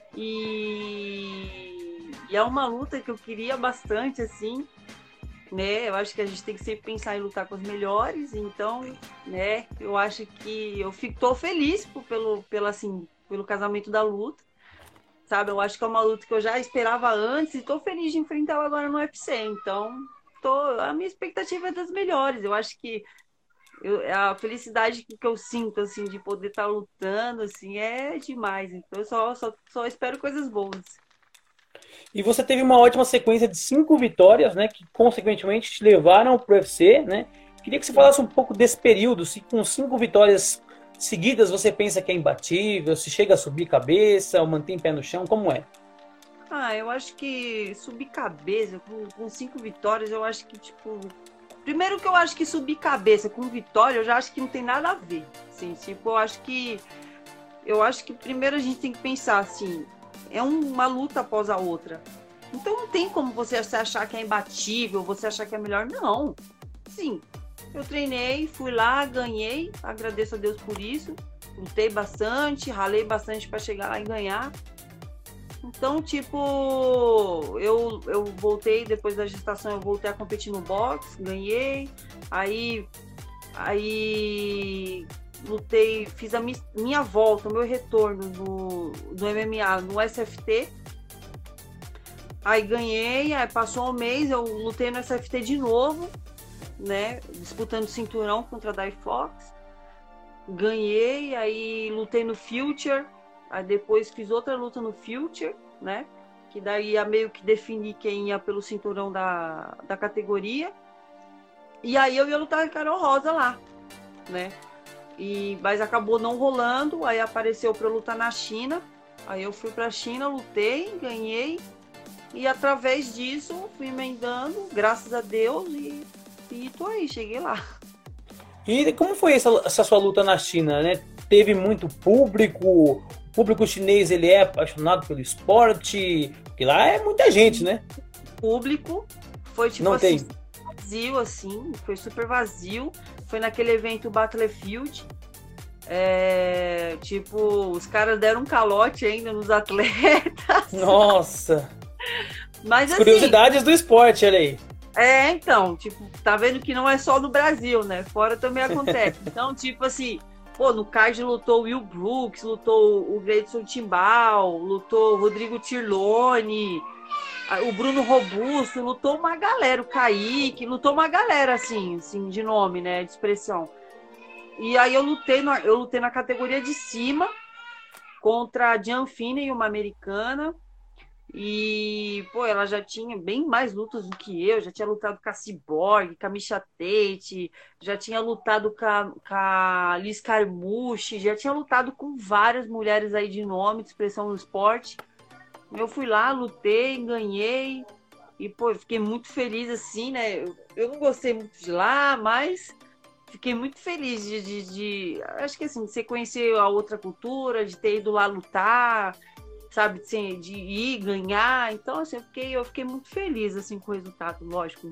e, e é uma luta que eu queria bastante, assim, né? Eu acho que a gente tem que sempre pensar em lutar com os melhores, então, né, eu acho que eu fico, tô feliz por, pelo, pelo, assim, pelo casamento da luta, sabe? Eu acho que é uma luta que eu já esperava antes e tô feliz de enfrentá-la agora no U F C. Então, tô, a minha expectativa é das melhores. Eu acho que eu, a felicidade que eu sinto, assim, de poder estar lutando, assim, é demais. Então, eu só, só, só espero coisas boas. E você teve uma ótima sequência de cinco vitórias, né? Que, consequentemente, te levaram para o U F C, né? Queria que você falasse um pouco desse período, se com cinco vitórias seguidas você pensa que é imbatível, se chega a subir cabeça ou mantém pé no chão, como é? Ah, eu acho que subir cabeça com, com cinco vitórias, eu acho que, tipo, Primeiro que eu acho que subir cabeça com vitória, eu já acho que não tem nada a ver. Assim, tipo, eu acho que. Eu acho que primeiro a gente tem que pensar assim, é uma luta após a outra. Então não tem como você achar que é imbatível, você achar que é melhor. Não. Sim, eu treinei, fui lá, ganhei, agradeço a Deus por isso. Lutei bastante, ralei bastante para chegar lá e ganhar. Então, tipo, eu, eu voltei, depois da gestação, eu voltei a competir no boxe, ganhei. Aí, aí lutei, fiz a mi, minha volta, o meu retorno no, no M M A, no S F T. Aí ganhei, aí passou um mês, eu lutei no S F T de novo, né? Disputando cinturão contra a Dai Fox. Ganhei, aí lutei no Future. Aí depois fiz outra luta no Future, né? Que daí ia meio que definir quem ia pelo cinturão da, da categoria. E aí eu ia lutar com a Carol Rosa lá, né? E, mas acabou não rolando, aí apareceu para eu lutar na China. Aí eu fui pra China, lutei, ganhei. E através disso fui emendando, graças a Deus, e, e tô aí, cheguei lá. E como foi essa, essa sua luta na China, né? Teve muito público, o público chinês ele é apaixonado pelo esporte, porque lá é muita gente, né? Público, foi tipo Não assim, tem. vazio assim, foi super vazio, foi naquele evento Battlefield, é, tipo, os caras deram um calote ainda nos atletas. Nossa! Mas assim, curiosidades do esporte, olha aí. É, então, tipo, tá vendo que não é só no Brasil, né? Fora também acontece. Então, tipo assim, pô, no card lutou o Will Brooks, lutou o Gleidson Timbal, lutou o Rodrigo Tirlone, o Bruno Robusto, lutou uma galera, o Kaique, lutou uma galera, assim, assim, de nome, né, de expressão. E aí eu lutei, no, eu lutei na categoria de cima contra a Jan Finney, uma americana. E, pô, ela já tinha bem mais lutas do que eu, já tinha lutado com a Cyborg, com a Misha Tate, já tinha lutado com a, com a Liz Carmouche, já tinha lutado com várias mulheres aí de nome, de expressão no esporte. Eu fui lá, lutei, ganhei, e, pô, fiquei muito feliz, assim, né? Eu, eu não gostei muito de lá, mas fiquei muito feliz de, de, de... Acho que, assim, de você conhecer a outra cultura, de ter ido lá lutar, sabe, de, de ir, ganhar. Então, assim, eu fiquei, eu fiquei muito feliz, assim, com o resultado, lógico.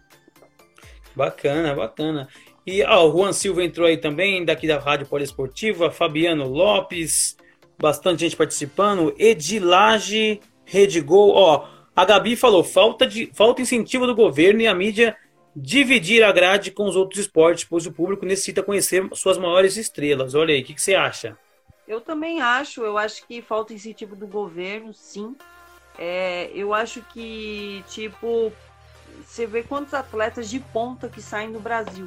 Bacana, bacana. E, ó, o Juan Silva entrou aí também, daqui da Rádio Poliesportiva, Fabiano Lopes, bastante gente participando, Edilage, Rede Gol, ó, a Gabi falou, falta, de, falta incentivo do governo e a mídia dividir a grade com os outros esportes, pois o público necessita conhecer suas maiores estrelas. Olha aí, o que, que você acha? Eu também acho, eu acho que falta incentivo do governo, sim. É, eu acho que, tipo, você vê quantos atletas de ponta que saem do Brasil.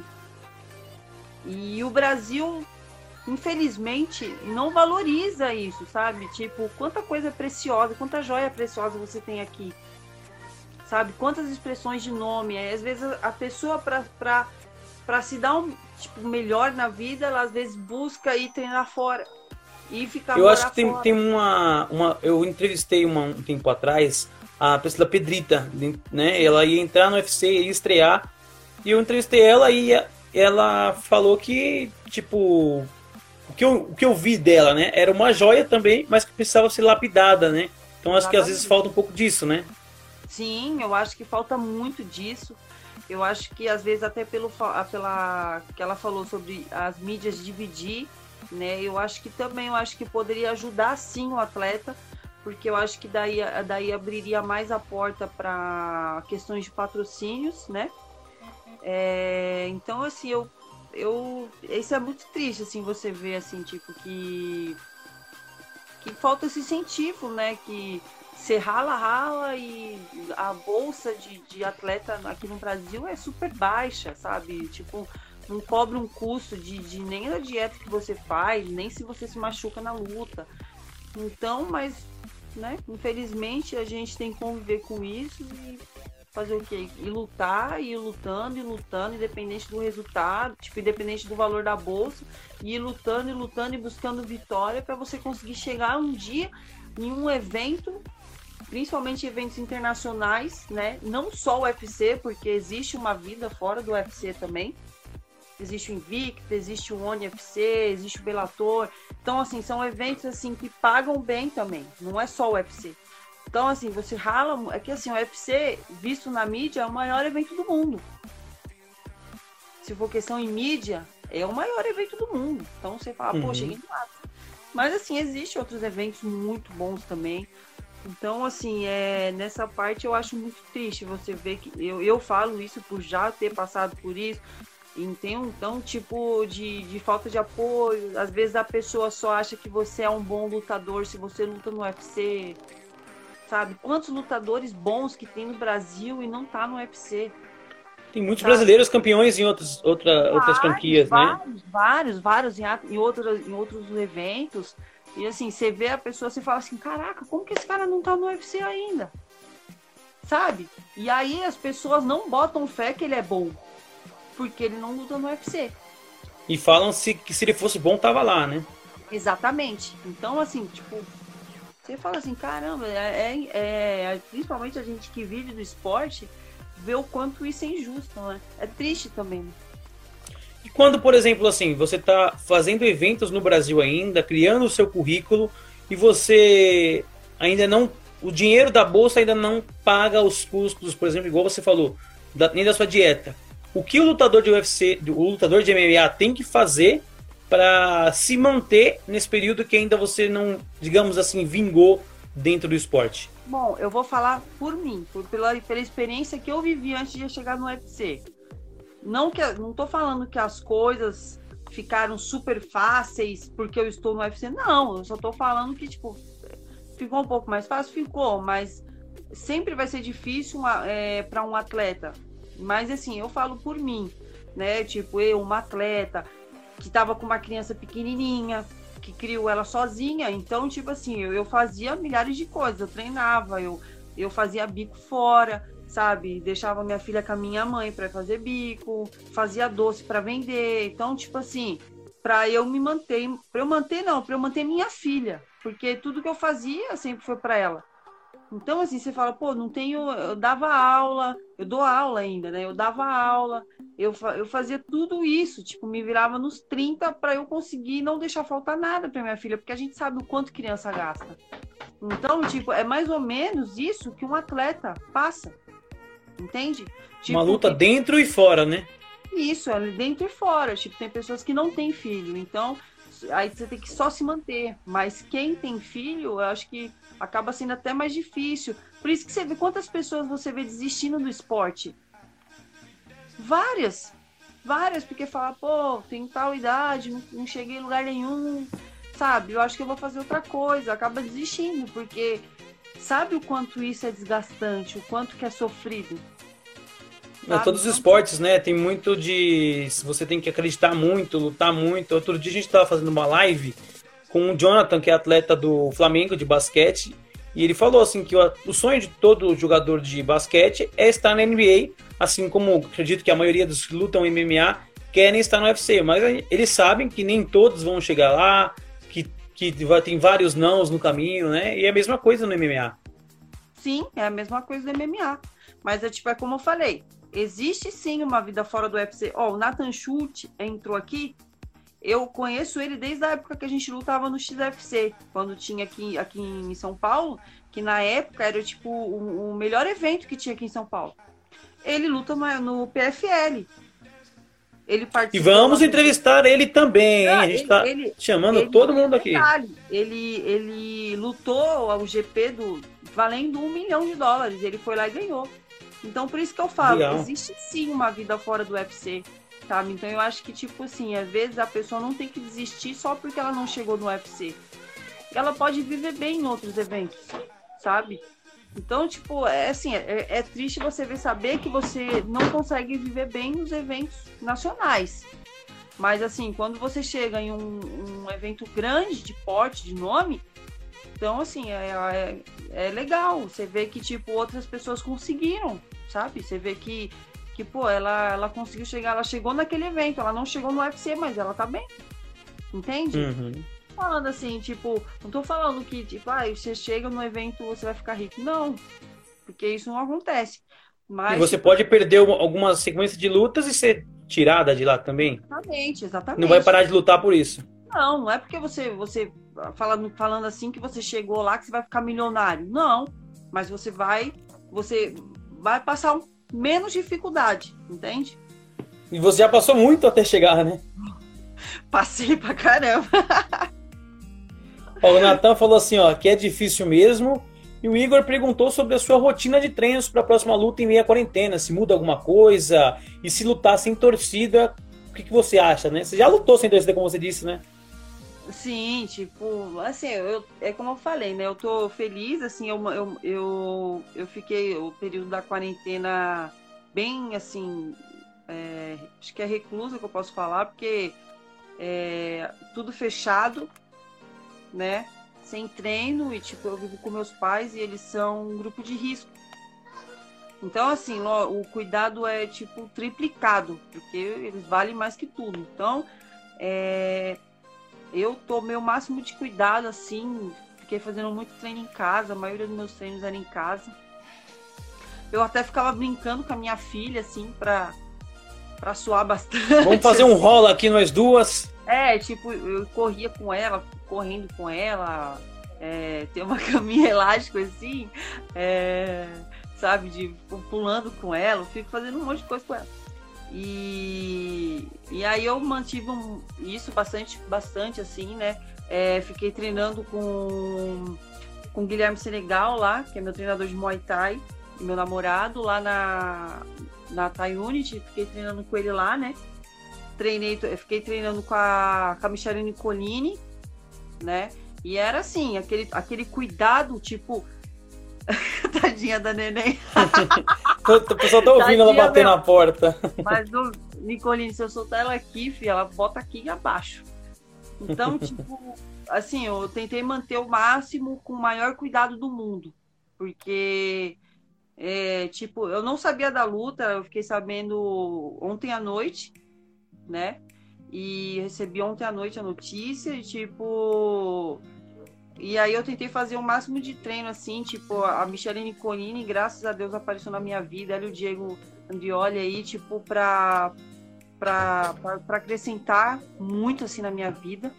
E o Brasil, infelizmente, não valoriza isso, sabe? Tipo, quanta coisa preciosa, quanta joia preciosa você tem aqui. Sabe? Quantas expressões de nome. Às vezes a pessoa, pra, pra, pra se dar um tipo, melhor na vida, ela às vezes busca ir treinar fora. E ficar eu acho que tem, fora. tem uma, uma. Eu entrevistei uma, um tempo atrás a Priscila Pedrita, né? Ela ia entrar no U F C, ia estrear. E eu entrevistei ela e ela falou que, tipo, o que eu, o que eu vi dela, né? Era uma joia também, mas que precisava ser lapidada, né? Então acho Exatamente. Que às vezes falta um pouco disso, né? Sim, eu acho que falta muito disso. Eu acho que às vezes até pelo pela que ela falou sobre as mídias dividir, né? Eu acho que também eu acho que poderia ajudar sim o atleta, porque eu acho que daí, daí abriria mais a porta para questões de patrocínios, né? É, então assim, eu, eu isso é muito triste assim, você ver assim, tipo, que que falta esse incentivo, né? Que você rala, rala e a bolsa de, de atleta aqui no Brasil é super baixa, sabe? Tipo, não cobra um custo de, de nem da dieta que você faz, nem se você se machuca na luta. Então, mas, né, infelizmente a gente tem que conviver com isso e fazer o quê? E lutar, e ir lutando, e lutando, independente do resultado, tipo, independente do valor da bolsa, e ir lutando, e lutando, e buscando vitória para você conseguir chegar um dia em um evento principalmente eventos internacionais, né? Não só o U F C, porque existe uma vida fora do U F C também. Existe o Invicta, existe o One U F C, existe o Bellator. Então, assim, são eventos assim que pagam bem também. Não é só o U F C. Então, assim, você rala... É que, assim, o U F C, visto na mídia, é o maior evento do mundo. Se for questão em mídia, é o maior evento do mundo. Então, você fala, pô, Uhum. cheguei no ápice. Mas, assim, existem outros eventos muito bons também. Então, assim, é, nessa parte eu acho muito triste você ver que... Eu, eu falo isso por já ter passado por isso. E tem um então, tipo de, de falta de apoio. Às vezes a pessoa só acha que você é um bom lutador se você luta no U F C. Sabe? Quantos lutadores bons que tem no Brasil e não tá no U F C? Tem muitos Sabe? brasileiros campeões em outros, outra, outras franquias, né? Vários, vários, vários em, at- em, outros, em outros eventos. E assim, você vê a pessoa, você fala assim, caraca, como que esse cara não tá no U F C ainda? Sabe? E aí as pessoas não botam fé que ele é bom. Porque ele não luta no U F C. E falam se, que se ele fosse bom, tava lá, né? Exatamente. Então, assim, tipo, você fala assim, caramba, é, é- é- principalmente a gente que vive do esporte, vê o quanto isso é injusto, né? É triste também. Né? E quando, por exemplo, assim, você tá fazendo eventos no Brasil ainda, criando o seu currículo, e você ainda não... O dinheiro da bolsa ainda não paga os custos, por exemplo, igual você falou, da- nem da sua dieta. O que o lutador de U F C, o lutador de M M A tem que fazer para se manter nesse período que ainda você não, digamos assim, vingou dentro do esporte? Bom, eu vou falar por mim, por, pela, pela experiência que eu vivi antes de chegar no U F C. Não, que, não tô falando que as coisas ficaram super fáceis porque eu estou no U F C. Não, eu só tô falando que, tipo, ficou um pouco mais fácil? Ficou, mas sempre vai ser difícil é, para um atleta. Mas assim, eu falo por mim, né? Tipo, eu, uma atleta que tava com uma criança pequenininha, que criou ela sozinha. Então, tipo assim, eu, eu fazia milhares de coisas. Eu treinava, eu, eu fazia bico fora, sabe? Deixava minha filha com a minha mãe para fazer bico, fazia doce para vender. Então, tipo assim, para eu me manter, para eu manter não, para eu manter minha filha, porque tudo que eu fazia sempre foi para ela. Então, assim, você fala, pô, não tenho... Eu dava aula, eu dou aula ainda, né? Eu dava aula, eu, eu fazia tudo isso, tipo, me virava nos trinta para eu conseguir não deixar faltar nada para minha filha, porque a gente sabe o quanto criança gasta. Então, tipo, é mais ou menos isso que um atleta passa, entende? Tipo, Uma luta que... dentro e fora, né? Isso, é dentro e fora. Tipo, tem pessoas que não têm filho, então aí você tem que só se manter. Mas quem tem filho, eu acho que acaba sendo até mais difícil. Por isso que você vê quantas pessoas você vê desistindo do esporte. Várias. Várias, porque fala, pô, tenho tal idade, não, não cheguei em lugar nenhum, sabe? Eu acho que eu vou fazer outra coisa. Acaba desistindo, porque sabe o quanto isso é desgastante, o quanto que é sofrido. Não, todos os esportes, né? Tem muito de... Você tem que acreditar muito, lutar muito. Outro dia a gente estava fazendo uma live com o Jonathan, que é atleta do Flamengo de basquete, e ele falou assim que o, o sonho de todo jogador de basquete é estar na N B A, assim como acredito que a maioria dos que lutam M M A querem estar no U F C, mas eles sabem que nem todos vão chegar lá, que, que vai, tem vários nãos no caminho, né? E é a mesma coisa no M M A. Sim, é a mesma coisa do M M A. Mas é tipo, é como eu falei, existe sim uma vida fora do U F C. Ó, o Nathan Schultz entrou aqui, eu conheço ele desde a época que a gente lutava no X F C, quando tinha aqui, aqui em São Paulo, que na época era tipo o, o melhor evento que tinha aqui em São Paulo. Ele luta no, no P F L. Ele E vamos entrevistar ele também, hein? Ah, A gente ele, tá ele, chamando ele, todo mundo aqui. Detalhe, ele, ele lutou o G P do, valendo um milhão de dólares. Ele foi lá e ganhou. Então, por isso que eu falo, Legal. existe sim uma vida fora do U F C, sabe? Então, eu acho que, tipo assim, às vezes a pessoa não tem que desistir só porque ela não chegou no U F C. Ela pode viver bem em outros eventos, sabe? Então, tipo, é assim, é, é triste você ver, saber que você não consegue viver bem nos eventos nacionais. Mas, assim, quando você chega em um, um evento grande, de porte, de nome, então, assim, é, é, é legal. Você vê que, tipo, outras pessoas conseguiram, sabe? Você vê que, que pô, ela, ela conseguiu chegar, ela chegou naquele evento, ela não chegou no U F C, mas ela tá bem. Entende? Uhum. falando assim, tipo, não tô falando que, tipo, ah, você chega no evento, você vai ficar rico. Não, porque isso não acontece. E Mas, você tipo, pode perder uma- alguma sequência de lutas e ser tirada de lá também. exatamente, Não vai exatamente. parar de lutar por isso. Não, não é porque você, você falando, falando assim que você chegou lá que você vai ficar milionário. Não, mas você vai, você vai passar um- menos dificuldade, entende? E você já passou muito até chegar, né? Passei pra caramba. Ó, o Natan falou assim, ó, que é difícil mesmo. E o Igor perguntou sobre a sua rotina de treinos para a próxima luta em meia quarentena. Se muda alguma coisa? E se lutar sem torcida, o que, que você acha, né? Você já lutou sem torcida, como você disse, né? Sim, tipo, assim, eu, é como eu falei, né? Eu tô feliz, assim, eu, eu, eu, eu fiquei o período da quarentena bem, assim, é, acho que é reclusa que eu posso falar, porque é, tudo fechado, né? Sem treino e, tipo, eu vivo com meus pais e eles são um grupo de risco. Então, assim, o cuidado é, tipo, triplicado, porque eles valem mais que tudo. Então, é, eu tomei o máximo de cuidado, assim, fiquei fazendo muito treino em casa, a maioria dos meus treinos era em casa. Eu até ficava brincando com a minha filha, assim, pra, pra suar bastante. Vamos fazer um assim. rola aqui nós duas. É, tipo, eu corria com ela, correndo com ela, é, tem uma caminha elástica, assim, é, sabe, de pulando com ela, eu fico fazendo um monte de coisa com ela. E, e aí eu mantive um, isso bastante, bastante assim, né? É, fiquei treinando com, com o Guilherme Senegal lá, que é meu treinador de Muay Thai, e meu namorado lá na, na Thai Unity, fiquei treinando com ele lá, né? Treinei, fiquei treinando com a, com a Micheline Colini, né? E era assim, aquele, aquele cuidado, tipo, tadinha da neném. O pessoal tá ouvindo ela bater meu. na porta. Mas, o Nicoline, se eu soltar ela aqui, filha, ela bota aqui abaixo. Então, tipo, assim, eu tentei manter o máximo com o maior cuidado do mundo. Porque, é, tipo, eu não sabia da luta, eu fiquei sabendo ontem à noite, né? E recebi ontem à noite a notícia e, tipo... E aí eu tentei fazer o máximo de treino, assim, tipo, a Micheline Colini, graças a Deus, apareceu na minha vida, ela e o Diego Andioli aí, tipo, pra, pra, pra, pra acrescentar muito, assim, na minha vida.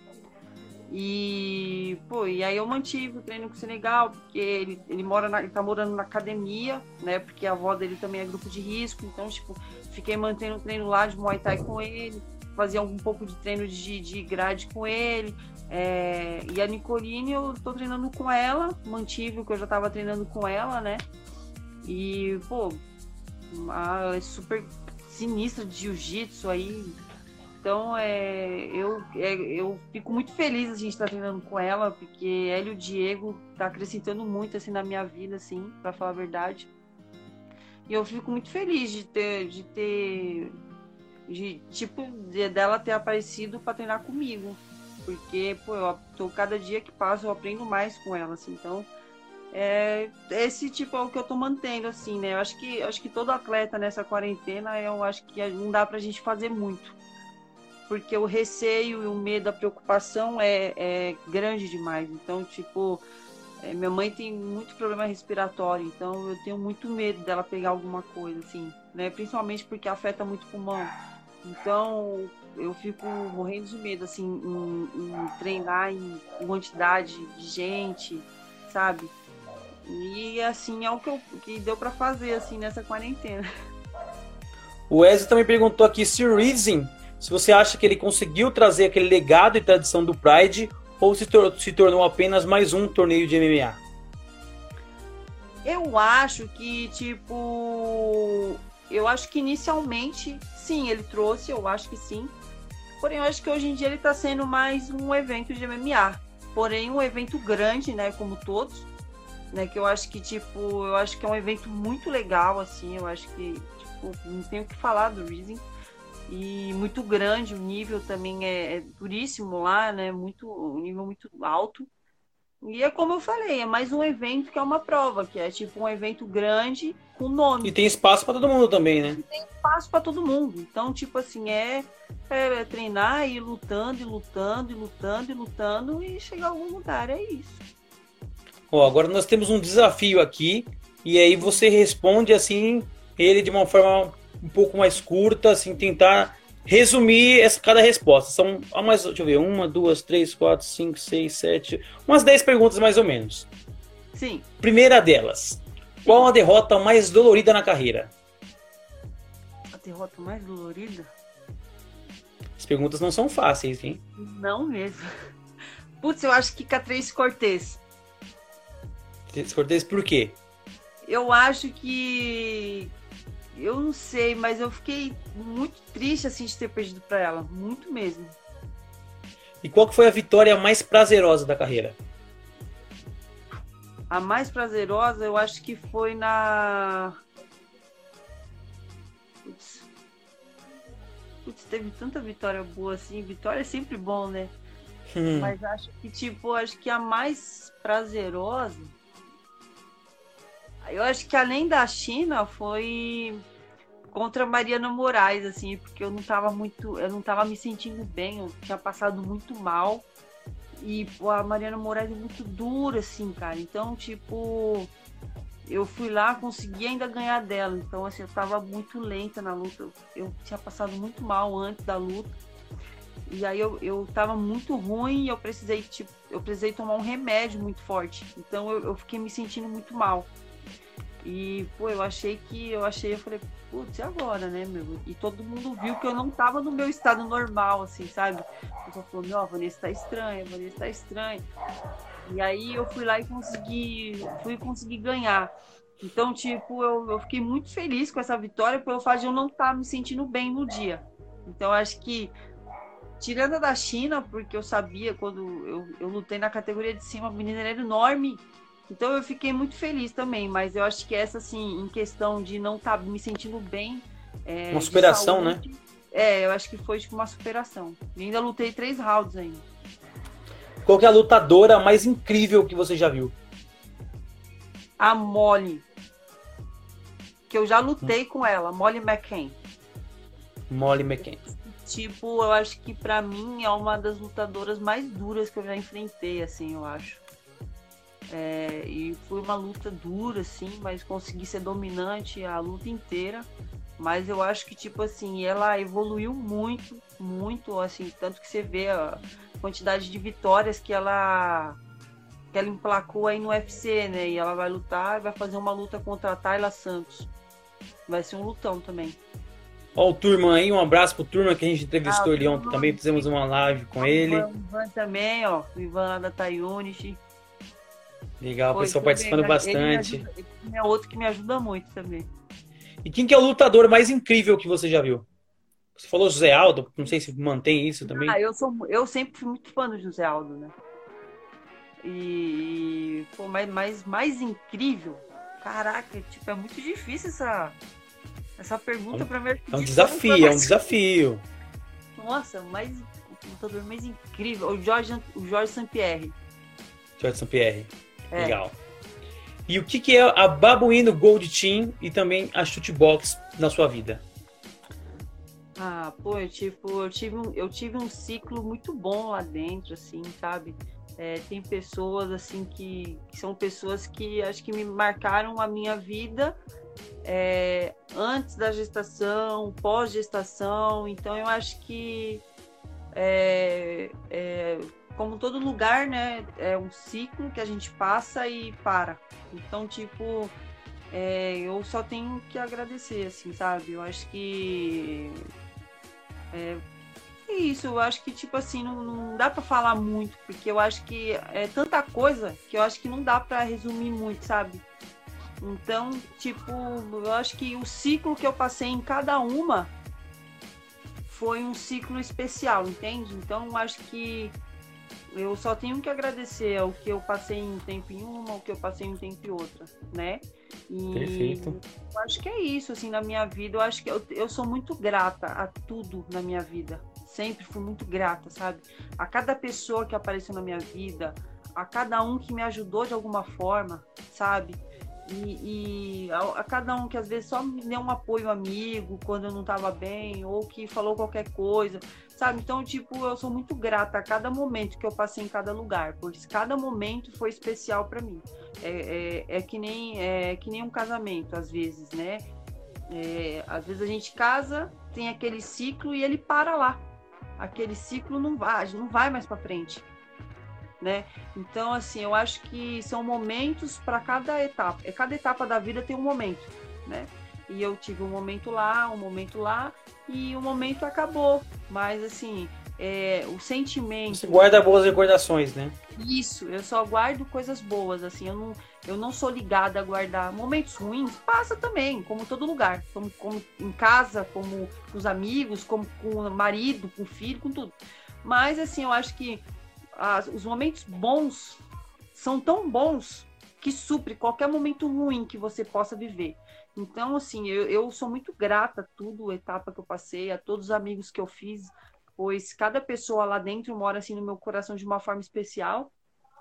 E, pô, e aí eu mantive o treino com o Senegal, porque ele, ele, mora na, ele tá morando na academia, né, porque a avó dele também é grupo de risco, então, tipo, fiquei mantendo o treino lá de Muay Thai com ele, fazia um pouco de treino de, de grade com ele. É, e a Nicoline, eu tô treinando com ela, mantive o que eu já tava treinando com ela, né? E, pô, ela é super sinistra de jiu-jitsu aí. Então, é, eu, é, eu fico muito feliz a gente estar treinando com ela, porque ela e o Diego tá acrescentando muito, assim, na minha vida, assim, pra falar a verdade. E eu fico muito feliz de ter, de ter, de, tipo, de, dela ter aparecido pra treinar comigo. Porque, pô, eu tô, cada dia que passa eu aprendo mais com ela, assim, então é, esse tipo é o que eu tô mantendo, assim, né, eu acho que, acho que todo atleta nessa quarentena, eu acho que não dá pra gente fazer muito, porque o receio e o medo, a preocupação é, é grande demais, então, tipo, é, minha mãe tem muito problema respiratório, então eu tenho muito medo dela pegar alguma coisa, assim, né, principalmente porque afeta muito o pulmão, então eu fico morrendo de medo, assim, em, em treinar em quantidade de gente, sabe? E, assim, é o que, eu, que deu pra fazer, assim, nessa quarentena. O Wesley também perguntou aqui se o Rising, se você acha que ele conseguiu trazer aquele legado e tradição do Pride ou se, tor se tornou apenas mais um torneio de M M A. Eu acho que, tipo... Eu acho que inicialmente, sim, ele trouxe, eu acho que sim. Porém, eu acho que hoje em dia ele está sendo mais um evento de M M A. Porém, um evento grande, né, como todos, né, que eu acho que, tipo, eu acho que é um evento muito legal, assim, eu acho que, tipo, não tenho o que falar do Rising. E muito grande, o nível também é, é duríssimo lá, né, muito, um nível muito alto. E é como eu falei, é mais um evento que é uma prova, que é tipo um evento grande com nome. E tem espaço para todo mundo também, né? E tem espaço para todo mundo. Então, tipo assim, é, é treinar e ir lutando, e lutando, e lutando, e lutando, e chegar a algum lugar, é isso. Ó, agora nós temos um desafio aqui, e aí você responde assim, ele de uma forma um pouco mais curta, assim, tentar resumir essa, cada resposta. São, mais, deixa eu ver, uma, duas, três, quatro, cinco, seis, sete, umas dez perguntas mais ou menos. Sim. Primeira delas, qual a derrota mais dolorida na carreira? A derrota mais dolorida? As perguntas não são fáceis, hein? Não mesmo. Putz, eu acho que Catrice Cortez. Cortez, por quê? Eu acho que... Eu não sei, mas eu fiquei muito triste assim de ter perdido para ela. Muito mesmo. E qual que foi a vitória mais prazerosa da carreira? A mais prazerosa, eu acho que foi na... Putz. Putz, teve tanta vitória boa assim. Vitória é sempre bom, né? Hum. Mas acho que, tipo, acho que a mais prazerosa... Eu acho que além da China foi contra a Mariana Moraes, assim, porque eu não tava muito, eu não tava me sentindo bem, eu tinha passado muito mal. E pô, a Mariana Moraes é muito dura, assim, cara. Então, tipo, eu fui lá, consegui ainda ganhar dela. Então, assim, eu tava muito lenta na luta. Eu, eu tinha passado muito mal antes da luta. E aí eu, eu tava muito ruim e eu precisei, tipo, eu precisei tomar um remédio muito forte. Então eu, eu fiquei me sentindo muito mal. E, pô, eu achei que, eu achei, eu falei, putz, e agora, né, meu? E todo mundo viu que eu não tava no meu estado normal, assim, sabe? Eu só falei, ó, a Vanessa tá estranha, a Vanessa tá estranha. E aí eu fui lá e consegui, fui conseguir ganhar. Então, tipo, eu, eu fiquei muito feliz com essa vitória pelo fato de eu não estar me sentindo bem no dia. Então, eu acho que, tirando a da China, porque eu sabia, quando eu, eu lutei na categoria de cima, a menina era enorme. Então eu fiquei muito feliz também, mas eu acho que essa, assim, em questão de não estar tá me sentindo bem... É, uma superação, saúde, né? É, eu acho que foi tipo uma superação. E ainda lutei três rounds ainda. Qual que é a lutadora mais incrível que você já viu? A Molly. Que eu já lutei hum. com ela, Molly McCann. Molly McCann. Tipo, eu acho que pra mim é uma das lutadoras mais duras que eu já enfrentei, assim, eu acho. É, e foi uma luta dura, assim, mas consegui ser dominante a luta inteira. Mas eu acho que, tipo assim, ela evoluiu muito, muito, assim, tanto que você vê a quantidade de vitórias que ela, que ela emplacou aí no U F C, né? E ela vai lutar e vai fazer uma luta contra a Tayla Santos. Vai ser um lutão também. Ó, o Turman aí, um abraço pro Turman, que a gente entrevistou ah, ele ontem também, fizemos uma live com ele. O Ivan também, ó, o Ivan lá da Tayunichi. Legal, o pessoal participando bem, bastante. Ele, ajuda, ele é outro que me ajuda muito também. E quem que é o lutador mais incrível que você já viu? Você falou José Aldo, não sei se mantém isso também. Ah, eu, sou, eu sempre fui muito fã do José Aldo, né? E, pô, mas, mas mais incrível, caraca, tipo, é muito difícil essa, essa pergunta para mim. É um desafio, é um desafio. Nossa, mais, o lutador mais incrível, o Jorge, o Jorge Saint-Pierre. Jorge Saint-Pierre. É. Legal. E o que, que é a Babuíno Gold Team e também a Shootbox na sua vida? Ah, pô, eu, tipo, eu, tive um, eu tive um ciclo muito bom lá dentro, assim, sabe? É, tem pessoas, assim, que, que são pessoas que acho que me marcaram a minha vida é, antes da gestação, pós-gestação. Então, eu acho que é, é, como todo lugar, né, é um ciclo que a gente passa e para. Então, tipo, é, eu só tenho que agradecer, assim, sabe? Eu acho que é, é isso. Eu acho que, tipo assim, não, não dá pra falar muito, porque eu acho que é tanta coisa que eu acho que não dá pra resumir muito, sabe? Então, tipo, eu acho que o ciclo que eu passei em cada uma foi um ciclo especial, entende? Então, eu acho que eu só tenho que agradecer ao que eu passei um tempo em uma, ao que eu passei um tempo em outra, né? E perfeito. Eu acho que é isso, assim, na minha vida. Eu acho que eu, eu sou muito grata a tudo na minha vida. Sempre fui muito grata, sabe? A cada pessoa que apareceu na minha vida, a cada um que me ajudou de alguma forma, sabe? E, e a, a cada um que às vezes só me deu um apoio amigo quando eu não estava bem, ou que falou qualquer coisa, sabe? Então, tipo, eu sou muito grata a cada momento que eu passei em cada lugar, porque cada momento foi especial para mim. É, é, é, que nem, é que nem um casamento, às vezes, né? É, às vezes a gente casa, tem aquele ciclo e ele para lá. Aquele ciclo não vai, não vai mais para frente, né? Então, assim, eu acho que são momentos para cada etapa. É, cada etapa da vida tem um momento, né? E eu tive um momento lá, um momento lá, e o momento acabou. Mas, assim, é, o sentimento... Você guarda boas recordações, né? Isso, eu só guardo coisas boas, assim, eu não, eu não sou ligada a guardar momentos ruins, passa também, como todo lugar, como, como em casa, como com os amigos, como com o marido, com o filho, com tudo. Mas, assim, eu acho que as, os momentos bons são tão bons que supre qualquer momento ruim que você possa viver. Então, assim, eu, eu sou muito grata a tudo, a etapa que eu passei, a todos os amigos que eu fiz, pois cada pessoa lá dentro mora assim no meu coração de uma forma especial.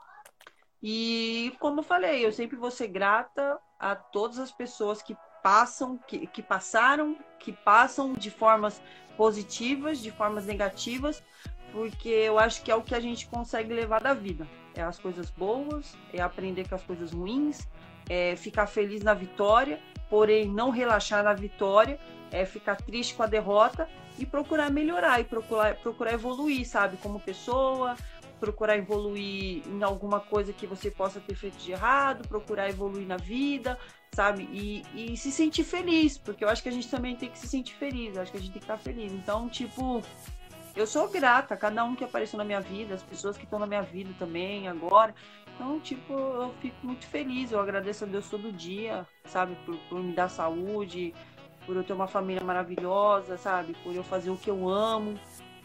E como eu falei, eu sempre vou ser grata a todas as pessoas que passam, que, que passaram, que passam de formas positivas, de formas negativas, porque eu acho que é o que a gente consegue levar da vida. É as coisas boas, é aprender com as coisas ruins, é ficar feliz na vitória, porém não relaxar na vitória, é ficar triste com a derrota e procurar melhorar e procurar, procurar evoluir, sabe? Como pessoa, procurar evoluir em alguma coisa que você possa ter feito de errado, procurar evoluir na vida, sabe? E, e se sentir feliz, porque eu acho que a gente também tem que se sentir feliz, eu acho que a gente tem que estar feliz. Então, tipo, eu sou grata a cada um que apareceu na minha vida, as pessoas que estão na minha vida também agora. Então, tipo, eu fico muito feliz, eu agradeço a Deus todo dia, sabe? Por, por me dar saúde, por eu ter uma família maravilhosa, sabe? Por eu fazer o que eu amo.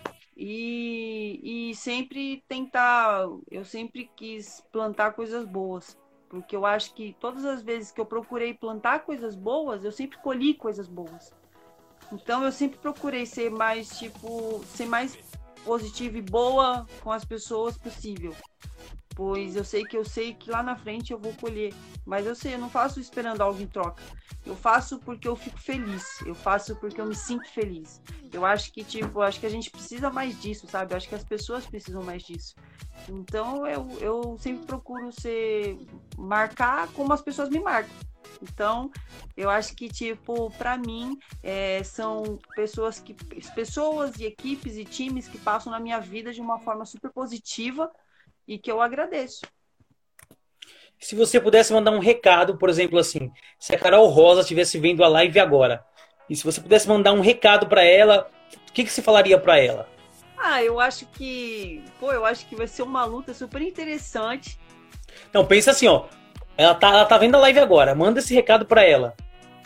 E, e sempre tentar, eu sempre quis plantar coisas boas. Porque eu acho que todas as vezes que eu procurei plantar coisas boas, eu sempre colhi coisas boas. Então eu sempre procurei ser mais, tipo, ser mais positiva e boa com as pessoas possível. Pois eu sei que eu sei que lá na frente eu vou colher. Mas eu sei, eu não faço esperando algo em troca. Eu faço porque eu fico feliz. Eu faço porque eu me sinto feliz. Eu acho que, tipo, acho que a gente precisa mais disso, sabe? Eu acho que as pessoas precisam mais disso. Então eu, eu sempre procuro ser, marcar como as pessoas me marcam. Então, eu acho que, tipo, para mim, é, são pessoas, que, pessoas e equipes e times que passam na minha vida de uma forma super positiva e que eu agradeço. Se você pudesse mandar um recado, por exemplo, assim, se a Carol Rosa estivesse vendo a live agora, e se você pudesse mandar um recado para ela, o que, que você falaria para ela? Ah, eu acho que, pô, eu acho que vai ser uma luta super interessante. Não, pensa assim, ó, ela tá, ela tá vendo a live agora, manda esse recado para ela.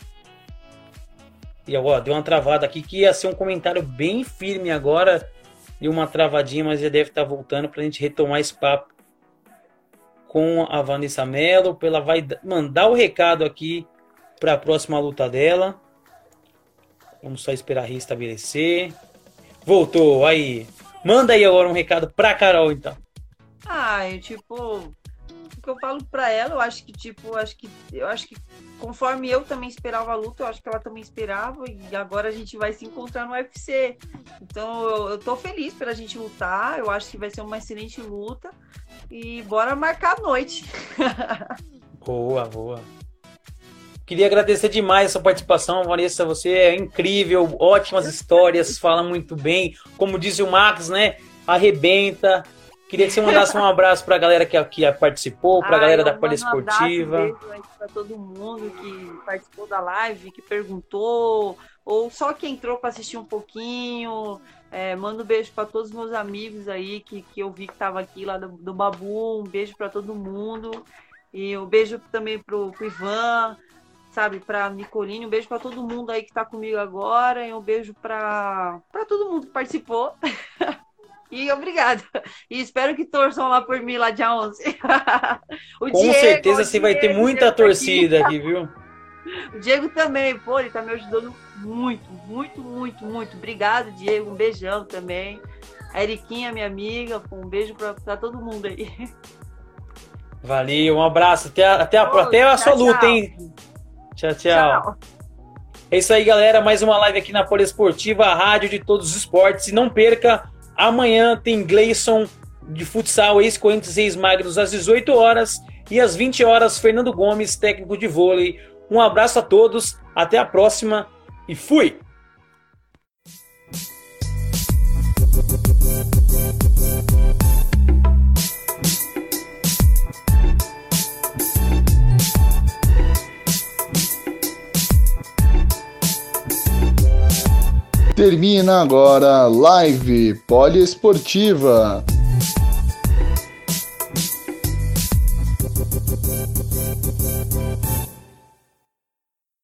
E ó, deu uma travada aqui que ia ser um comentário bem firme agora, deu uma travadinha, mas já deve estar voltando pra gente retomar esse papo com a Vanessa Mello. Ela vai mandar o recado aqui para a próxima luta dela. Vamos só esperar restabelecer. Voltou, aí. Manda aí agora um recado pra Carol, então. Ah, eu, tipo, o que eu falo pra ela, eu acho que, tipo, eu acho que, eu acho que conforme eu também esperava a luta, eu acho que ela também esperava, e agora a gente vai se encontrar no U F C. Então, eu, eu tô feliz pela gente lutar, eu acho que vai ser uma excelente luta, e bora marcar a noite. Boa, boa. Queria agradecer demais a sua participação, Vanessa, você é incrível, ótimas histórias, fala muito bem, como disse o Max, né, arrebenta. Queria que você mandasse um abraço para a galera que, que participou, para a galera da Poliesportiva. Um abraço para todo mundo que participou da live, que perguntou, ou só que entrou para assistir um pouquinho. É, mando um beijo para todos os meus amigos aí que, que eu vi que estava aqui lá do, do Babu. Um beijo para todo mundo. E um beijo também pro, pro Ivan, sabe, para Nicoline. Um beijo para todo mundo aí que está comigo agora. E um beijo para todo mundo que participou. E obrigada. E espero que torçam lá por mim, lá dia onze. o Com Diego, certeza você vai ter muita torcida aqui. aqui, viu? O Diego também, pô, ele tá me ajudando muito, muito, muito, muito. Obrigado, Diego. Um beijão também. A Eriquinha, minha amiga, um beijo pra, pra todo mundo aí. Valeu, um abraço. Até a, até a, Ô, até a tchau, sua luta, tchau. hein? Tchau, tchau. Tchau. É isso aí, galera. Mais uma live aqui na Poliesportiva, a rádio de todos os esportes. E não perca, amanhã tem Gleison de futsal, ex-Corinthians e ex-Magnos, às dezoito horas. E às vinte horas, Fernando Gomes, técnico de vôlei. Um abraço a todos, até a próxima e fui! Termina agora Live Poliesportiva.